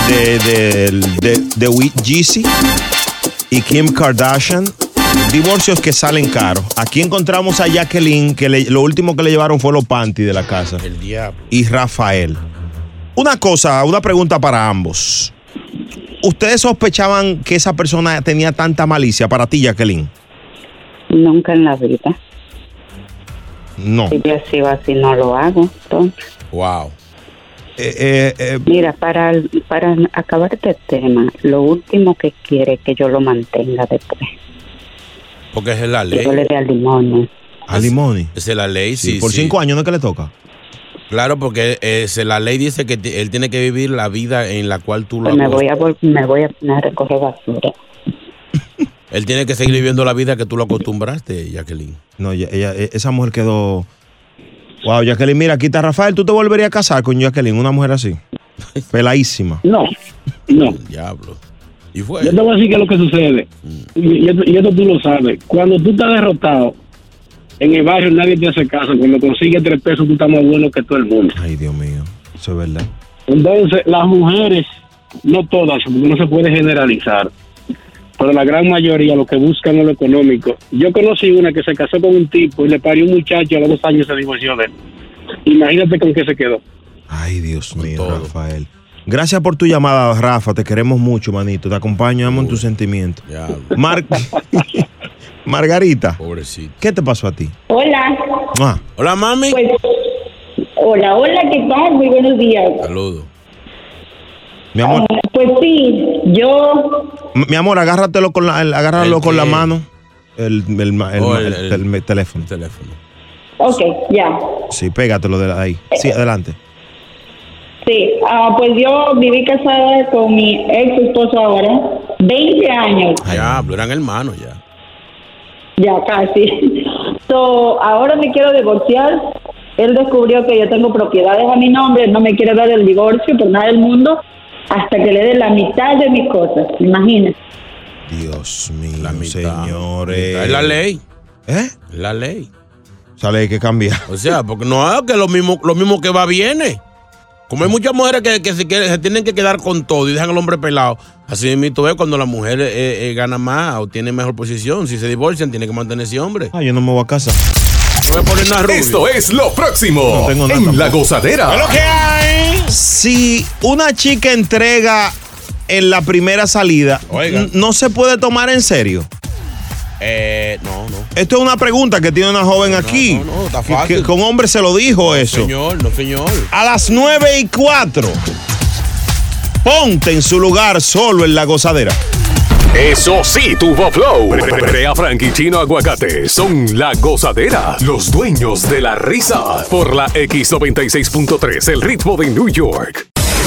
Yeezy y Kim Kardashian, divorcios que salen caros. Aquí encontramos a Jacqueline, que lo último que le llevaron fue los panties de la casa. El diablo. Y Rafael. Una pregunta para ambos. ¿Ustedes sospechaban que esa persona tenía tanta malicia para ti, Jacqueline? Nunca en la vida. No. Si yo sigo así, no lo hago. Entonces. Wow. Mira, para acabar este tema, lo último que quiere es que yo lo mantenga después. Porque es la ley. Yo le dé al limón. ¿Al limón? Es la ley, sí. Por 5 años no es que le toca. Claro, porque la ley dice que él tiene que vivir la vida en la cual tú lo me voy a poner a recoger basura. Él tiene que seguir viviendo la vida que tú lo acostumbraste, Jacqueline. No, esa mujer quedó... Wow, Jacqueline, mira, aquí está Rafael. ¿Tú te volverías a casar con Jacqueline, una mujer así? Peladísima. No. Diablo. ¿Y fue? Yo te voy a decir qué es lo que sucede. Y esto tú lo sabes. Cuando tú estás derrotado, en el barrio nadie te hace caso. Cuando consigues 3 pesos, tú estás más bueno que todo el mundo. Ay, Dios mío. Eso es verdad. Entonces, las mujeres, no todas, porque no se puede generalizar, pero la gran mayoría lo que buscan es lo económico. Yo conocí una que se casó con un tipo y le parió un muchacho, a los 2 años se divorció de él. Imagínate con qué se quedó. Ay, Dios mío, Rafael. Gracias por tu llamada, Rafa. Te queremos mucho, manito. Te acompañamos en tus sentimientos. Margarita. Pobrecito. ¿Qué te pasó a ti? Hola. Hola, mami. Pues, hola, ¿qué tal? Muy buenos días. Saludos. Mi amor. Pues sí, yo... Mi amor, agárralo con la mano. El teléfono. Ok, ya. Sí, pégatelo de ahí. Sí, adelante. Sí, pues yo viví casada con mi ex esposo ahora 20 años. Ya, eran hermanos ya. Ya casi. Ahora me quiero divorciar. Él descubrió que yo tengo propiedades a mi nombre, no me quiere dar el divorcio por nada del mundo hasta que le dé la mitad de mis cosas. Imagínate. Dios mío, señores. Es la ley. ¿Eh? La ley. Esa ley hay que cambiar. O sea, porque no es que lo mismo que va viene. Como hay muchas mujeres que se tienen que quedar con todo y dejan al hombre pelado. Así mismo es cuando la mujer gana más o tiene mejor posición. Si se divorcian, tiene que mantener ese hombre. Yo no me voy a casar. Esto es lo próximo en La Gozadera. ¿Qué es lo que hay? Si una chica entrega en la primera salida, ¿no se puede tomar en serio? No. Esto es una pregunta que tiene una joven aquí. No, está fácil. Que un hombre se lo dijo eso. No, señor. A las 9:04. Ponte en su lugar solo en La Gozadera. Eso sí, tuvo flow. Brea Frank y Chino Aguacate son La Gozadera, los dueños de la risa. Por la X96.3, el ritmo de New York.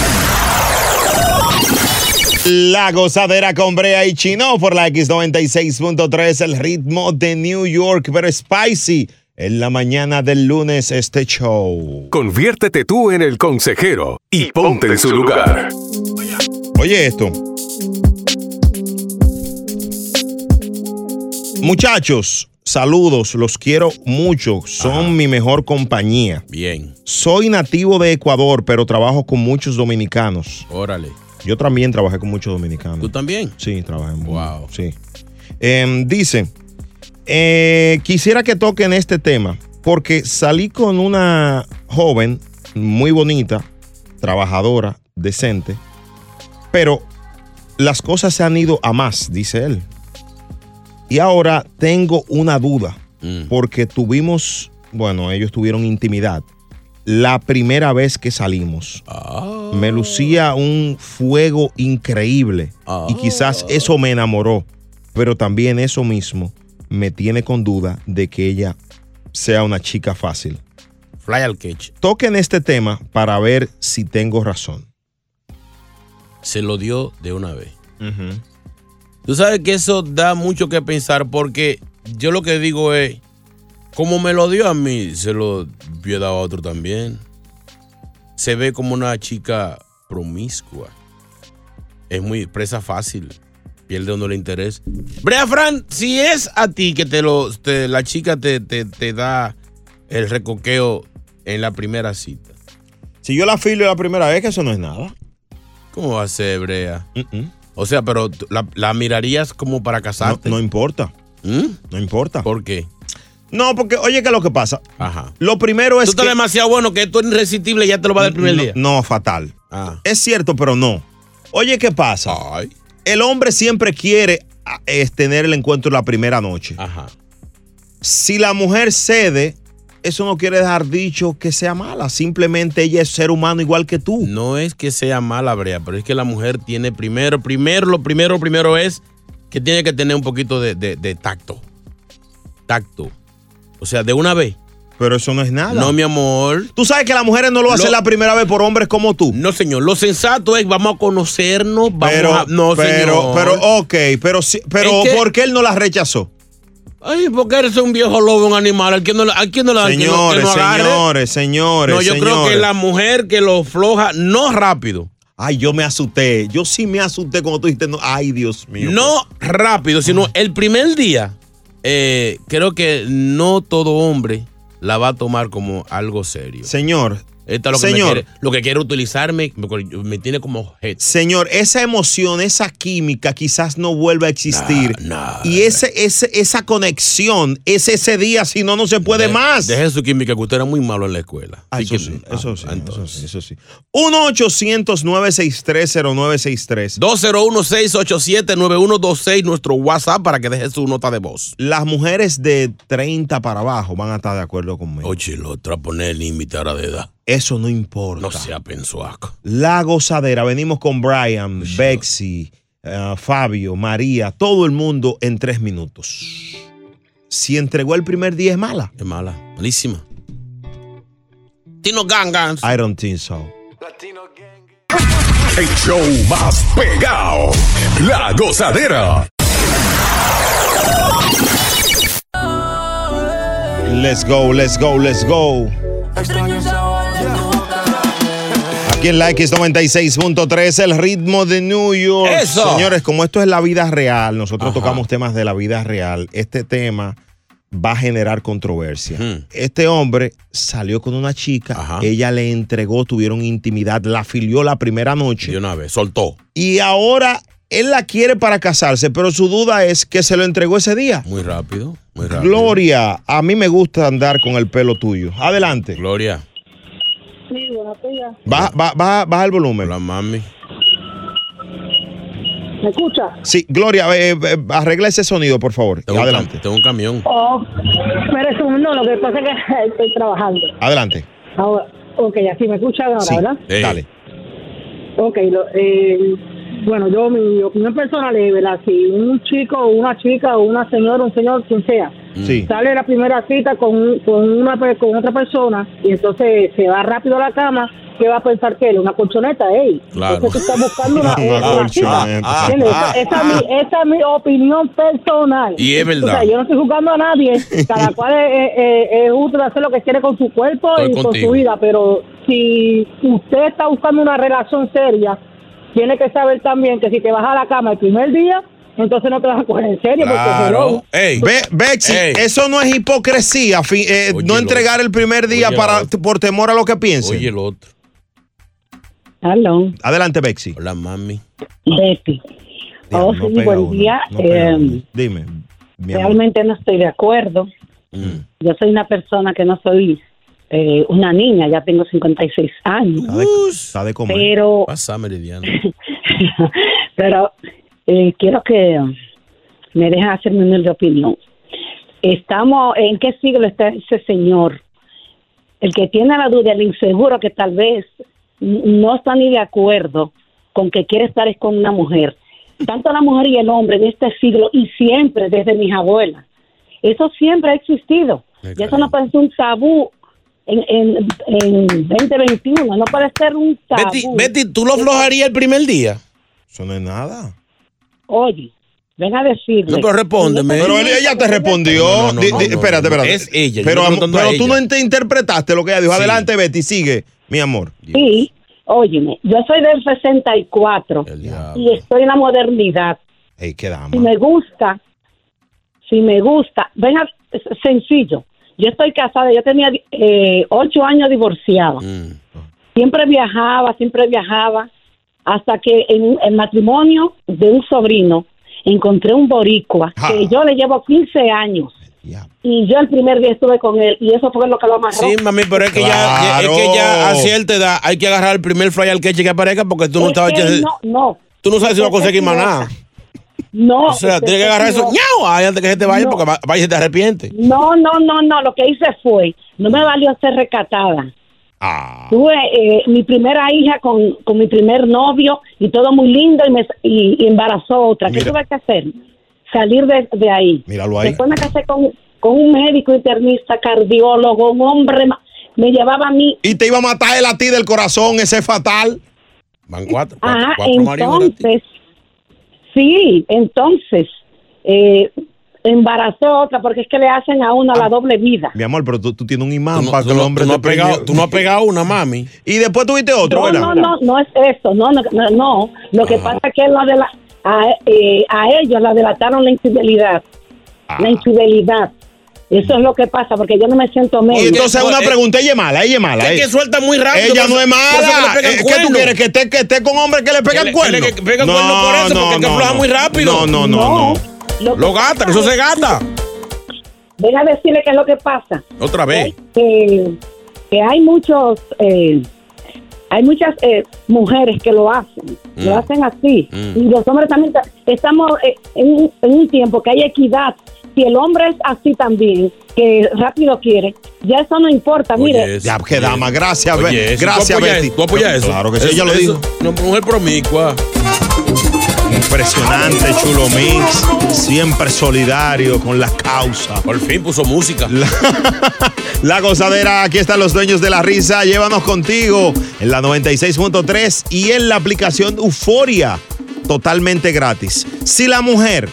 La Gozadera con Brea y Chino por la X96.3, el ritmo de New York, pero spicy. En la mañana del lunes, este show. Conviértete tú en el consejero y ponte en su lugar. Oye esto. Muchachos, saludos, los quiero mucho. Son mi mejor compañía. Bien. Soy nativo de Ecuador, pero trabajo con muchos dominicanos. Órale. Yo también trabajé con muchos dominicanos. ¿Tú también? Sí, trabajé. Wow. Sí. Dice, quisiera que toquen este tema, porque salí con una joven muy bonita, trabajadora, decente, pero las cosas se han ido a más, dice él. Y ahora tengo una duda, porque ellos tuvieron intimidad. La primera vez que salimos, me lucía un fuego increíble y quizás eso me enamoró, pero también eso mismo me tiene con duda de que ella sea una chica fácil. Fly al catch. Toquen este tema para ver si tengo razón. Se lo dio de una vez. Tú sabes que eso da mucho que pensar, porque yo lo que digo es, como me lo dio a mí, se lo había dado a otro también. Se ve como una chica promiscua. Es muy presa fácil. Pierde uno el interés. Brea Fran, si es a ti que la chica te da el recoqueo en la primera cita. Si yo la filo la primera vez, que eso no es nada. ¿Cómo va a ser, Brea? O sea, pero la mirarías como para casarte. No importa. No importa. ¿Por qué? No, porque, oye, ¿qué es lo que pasa? Ajá. Lo primero es tú estás demasiado bueno, que tú eres irresistible y ya te lo va a dar el primer día. No, fatal. Es cierto, pero no. Oye, ¿qué pasa? El hombre siempre quiere tener el encuentro la primera noche. Ajá. Si la mujer cede, eso no quiere dejar dicho que sea mala. Simplemente ella es ser humano igual que tú. No es que sea mala, Brea, pero es que la mujer tiene lo primero es que tiene que tener un poquito de tacto. Tacto. O sea, de una vez. Pero eso no es nada. No, mi amor. Tú sabes que las mujeres no lo hacen la primera vez por hombres como tú. No, señor. Lo sensato es, vamos a conocernos, señor. Pero ¿por qué él no la rechazó? Ay, porque eres un viejo lobo, un animal. ¿A quién no le dan que no agarre? Señores. No, yo creo que la mujer que lo floja, no rápido. Ay, yo me asusté. Yo sí me asusté cuando tú dijiste, no. Ay, Dios mío. No rápido, sino el primer día. Creo que no todo hombre la va a tomar como algo serio. Señor. Esta es lo que quiere utilizarme, me tiene como objeto. Señor, esa emoción, esa química quizás no vuelva a existir. Y esa conexión es ese día, si no se puede más. Deje su química, que usted era muy malo en la escuela. Eso sí. 1-800-963-0963. 201-687-9126, nuestro WhatsApp, para que deje su nota de voz. Las mujeres de 30 para abajo van a estar de acuerdo conmigo. Oye, lo otra poner límite ahora de edad. Eso no importa. No sea pensuaco. La Gozadera. Venimos con Brian, Bexy, Fabio, María, todo el mundo en 3 minutos. Si entregó el primer día, ¿es mala? Es mala, malísima. Tino Gangans. I don't think so. El show más pegado. La Gozadera. Let's go. Aquí en la X96.3, el ritmo de New York. ¡Eso! Señores, como esto es la vida real, nosotros tocamos temas de la vida real. Este tema va a generar controversia. Este hombre salió con una chica, ella le entregó, tuvieron intimidad, la filió la primera noche. De una vez, soltó. Y ahora él la quiere para casarse, pero su duda es que se lo entregó ese día. Muy rápido. Gloria, a mí me gusta andar con el pelo tuyo. Adelante. Gloria. Sí, buenos días. Baja el volumen. Hola, mami. ¿Me escucha? Sí, Gloria, arregla ese sonido, por favor. Adelante. Tengo un camión. Pero eso no, lo que pasa es que estoy trabajando. Adelante. Ahora, ok, así me escuchan ahora, sí. ¿verdad? Dale. Ok, bueno, yo mi opinión personal es, ¿verdad? Si un chico o una chica o una señora, un señor, quien sea, sale la primera cita con otra persona y entonces se va rápido a la cama, ¿qué va a pensar que él? Una colchoneta, Claro. Entonces tú estás buscando una cita. Esa es mi opinión personal. Y es verdad. O sea, yo no estoy juzgando a nadie. Cada cual es justo de hacer lo que quiere con su cuerpo y con su vida. Pero si usted está buscando una relación seria, tiene que saber también que si te vas a la cama el primer día, entonces no te vas a coger en serio. Claro. Bexy, eso no es hipocresía, no entregar el primer día por temor a lo que piensen. Oye, el otro. Aló. Adelante, Bexy. Hola, mami. Betty. Sí, buen día. Dime. Realmente no estoy de acuerdo. Yo soy una persona que no soy una niña, ya tengo 56 años. Está de comer. Pero, pasa, Meridiana. Pero quiero que me dejen hacer mi humilde opinión. ¿En qué siglo está ese señor? El que tiene la duda, el inseguro, que tal vez no está ni de acuerdo con que quiere estar con una mujer. Tanto la mujer y el hombre en este siglo y siempre desde mis abuelas. Eso siempre ha existido. Y eso no puede ser un tabú en 2021. No puede ser un tabú. Betty, ¿tú lo aflojarías el primer día? Eso no es nada. Oye, ven a decirle. No, pero respóndeme. Pero ella te respondió. Espérate. Es ella. Pero tú no interpretaste lo que ella dijo. Sí. Adelante, Betty, sigue, mi amor. Sí, óyeme, yo soy del 64 y estoy en la modernidad. Ey, qué dama. Si me gusta, venga, sencillo. Yo estoy casada, yo tenía 8 años divorciada. Siempre viajaba, hasta que en el matrimonio de un sobrino encontré un boricua que yo le llevo 15 años. Y yo el primer día estuve con él y eso fue lo que lo amarró. Sí, mami, pero es que ya a cierta edad hay que agarrar el primer fry al queche que aparezca porque tú no estabas... Tú no sabes si va a conseguir más nada. No. O sea, tienes que agarrar eso antes que se te vaya porque vaya y se te arrepiente. No. Lo que hice fue, no me valió ser recatada. Tuve mi primera hija con mi primer novio y todo muy lindo y embarazó otra. ¿Qué tuve que hacer? Salir de ahí. Míralo ahí. Después me casé con un médico internista, cardiólogo, un hombre, me llevaba a mí. ¿Y te iba a matar él a ti del corazón, ese fatal? Van cuatro entonces, embarazó otra porque es que le hacen a uno la doble vida. Mi amor, pero tú tienes un imán para que el hombre tú no has pegado una, mami. Y después tuviste otro, ¿verdad? No es eso. No. Lo que pasa es que a ellos la delataron la infidelidad. La infidelidad. Eso es lo que pasa, porque yo no me siento medio. Y entonces una pregunta, ella es mala. Es que suelta muy rápido. Ella no es mala. ¿Qué tú quieres? ¿Que esté con hombres que le pegan cuerno? Que pegan cuerno por eso, porque es que afloja muy rápido. No. Lo gata, eso se gata. Ven a decirle qué es lo que pasa. Otra vez. Que hay muchas mujeres que lo hacen así. Y los hombres también. Estamos en un tiempo que hay equidad. Si el hombre es así también, que rápido quiere, ya eso no importa, mire. Ya, qué dama, gracias, gracias, Betty. ¿Tú apoyas eso? Claro que sí, ella lo dijo. Una mujer promicua. Impresionante, Chulo Mix. Siempre solidario con la causa. Por fin puso música. La gozadera, aquí están los dueños de la risa. Llévanos contigo en la 96.3 y en la aplicación Euforia. Totalmente gratis. Si la mujer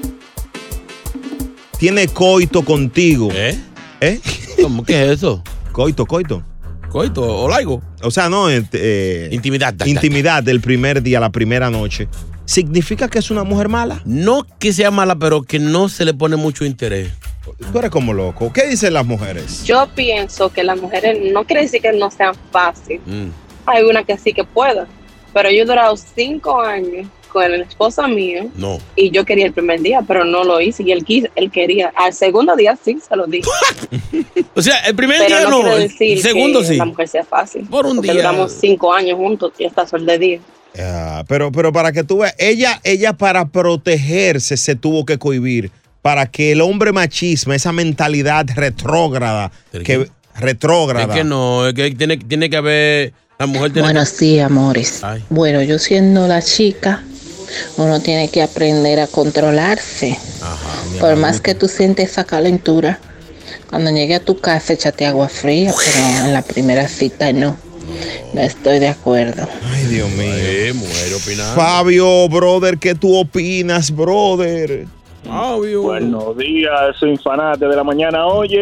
tiene coito contigo. ¿Cómo que es eso? Coito. ¿Coito o algo? O sea, no. Intimidad. Intimidad del primer día, la primera noche. ¿Significa que es una mujer mala? No que sea mala, pero que no se le pone mucho interés. Tú eres como loco. ¿Qué dicen las mujeres? Yo pienso que las mujeres no quiere decir que no sean fáciles. Hay una que sí que pueda. Pero yo he durado 5 años con el esposo mío. No. Y yo quería el primer día, pero no lo hice. Y él quería. Al segundo día sí se lo dije. O sea, el primer pero día no. El segundo sí. La mujer sea fácil. Por un día. Duramos 5 años juntos y hasta sol de día. Pero para que tú veas, ella para protegerse se tuvo que cohibir. Para que el hombre machismo, esa mentalidad retrógrada. Es que no, es que tiene que haber La mujer tiene Bueno, sí, amores. Ay. Bueno, yo siendo la chica, uno tiene que aprender a controlarse. Por más que tú sientes esa calentura, cuando llegue a tu casa, échate agua fría, pero en la primera cita no. No estoy de acuerdo. Ay, Dios mío. Mujer opinando. Fabio, brother, ¿qué tú opinas, brother? Fabio. Buenos días, soy fanate de la mañana. Oye,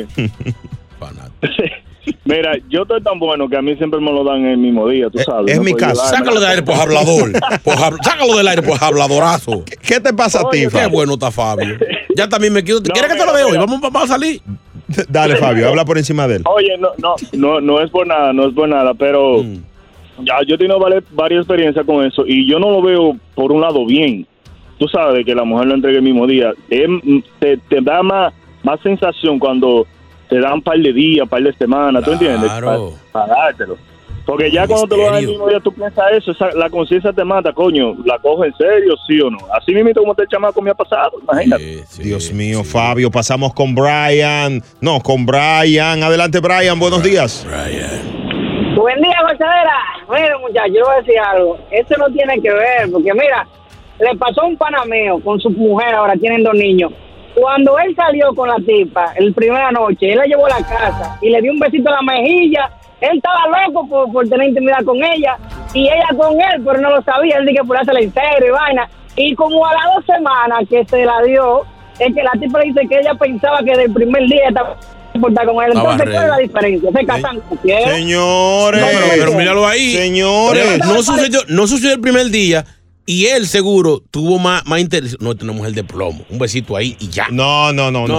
mira, yo estoy tan bueno que a mí siempre me lo dan el mismo día, tú sabes. Es mi caso. Sácalo del aire, pues hablador. Sácalo del aire, pues habladorazo. ¿Qué te pasa a ti, Qué Fabio? bueno está Fabio. Ya también me quiero. ¿Quieres que te lo vea hoy? Vamos a salir. Dale, Fabio, habla por encima de él. Oye, no es por nada, pero ya yo he tenido varias experiencias con eso y yo no lo veo por un lado bien. Tú sabes que la mujer lo entregue el mismo día. Te da más sensación cuando te dan un par de días, un par de semanas, ¿tú entiendes? Para dártelo. Porque ya cuando te lo dan el mismo día, tú piensas eso, la conciencia te mata, coño, ¿la cojo en serio, sí o no? Así mismo como este chamaco me ha pasado, imagínate. Dios mío, Fabio, pasamos con Brian. No, con Brian. Adelante, Brian, buenos días. Buen día, gozadera. Mira, muchachos, yo voy a decir algo. Eso no tiene que ver, porque mira, le pasó a un panameo con su mujer, ahora tienen 2 niños. Cuando él salió con la tipa, el primera noche, él la llevó a la casa y le dio un besito a la mejilla. Él estaba loco por tener intimidad con ella y ella con él, pero no lo sabía. Él dijo que por hacerle en serio y vaina. Y como a las 2 semanas que se la dio, es que la tipa le dice que ella pensaba que del primer día estaba comportada con él. Entonces, ¿cuál es la diferencia? Se casan con quién. Señores. Pero míralo ahí. Señores. No sucedió el primer día. Y él seguro tuvo más interés. No, esta es una mujer de plomo. Un besito ahí y ya. No.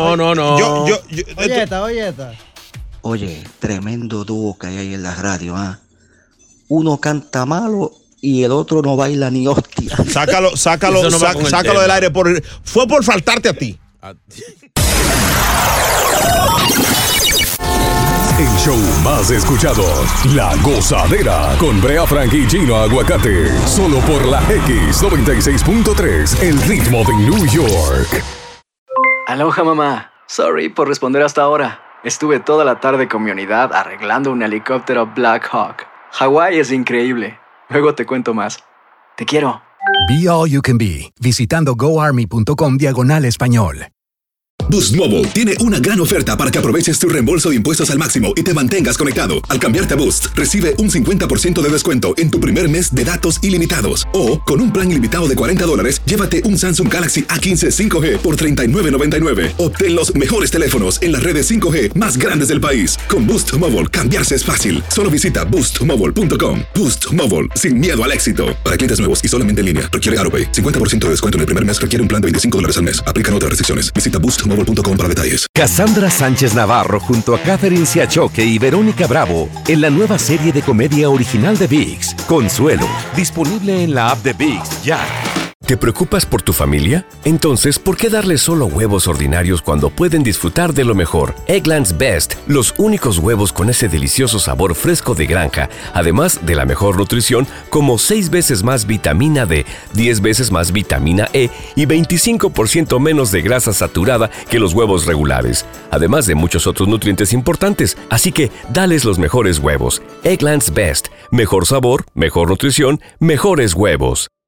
Oye, esta. Oye, tremendo dúo que hay ahí en la radio, ¿ah? Uno canta malo y el otro no baila ni hostia. Sácalo del aire. Fue por faltarte a ti. El show más escuchado, La Gozadera, con Brea Frank y Chino Aguacate. Solo por la X96.3, el ritmo de New York. Aloha, mamá. Sorry por responder hasta ahora. Estuve toda la tarde con mi unidad arreglando un helicóptero Black Hawk. Hawái es increíble. Luego te cuento más. Te quiero. Be All You Can Be, visitando goarmy.com/español. Boost Mobile tiene una gran oferta para que aproveches tu reembolso de impuestos al máximo y te mantengas conectado. Al cambiarte a Boost, recibe un 50% de descuento en tu primer mes de datos ilimitados. O, con un plan ilimitado de $40, llévate un Samsung Galaxy A15 5G por $39.99. Obtén los mejores teléfonos en las redes 5G más grandes del país. Con Boost Mobile, cambiarse es fácil. Solo visita boostmobile.com. Boost Mobile, sin miedo al éxito. Para clientes nuevos y solamente en línea, requiere AutoPay. 50% de descuento en el primer mes requiere un plan de $25 al mes. Aplican otras restricciones. Visita boostmobile.com para detalles. Cassandra Sánchez Navarro junto a Catherine Siachoque y Verónica Bravo en la nueva serie de comedia original de ViX, Consuelo, disponible en la app de ViX ya. ¿Te preocupas por tu familia? Entonces, ¿por qué darles solo huevos ordinarios cuando pueden disfrutar de lo mejor? Eggland's Best, los únicos huevos con ese delicioso sabor fresco de granja, además de la mejor nutrición, como 6 veces más vitamina D, 10 veces más vitamina E y 25% menos de grasa saturada que los huevos regulares, además de muchos otros nutrientes importantes. Así que, dales los mejores huevos. Eggland's Best, mejor sabor, mejor nutrición, mejores huevos.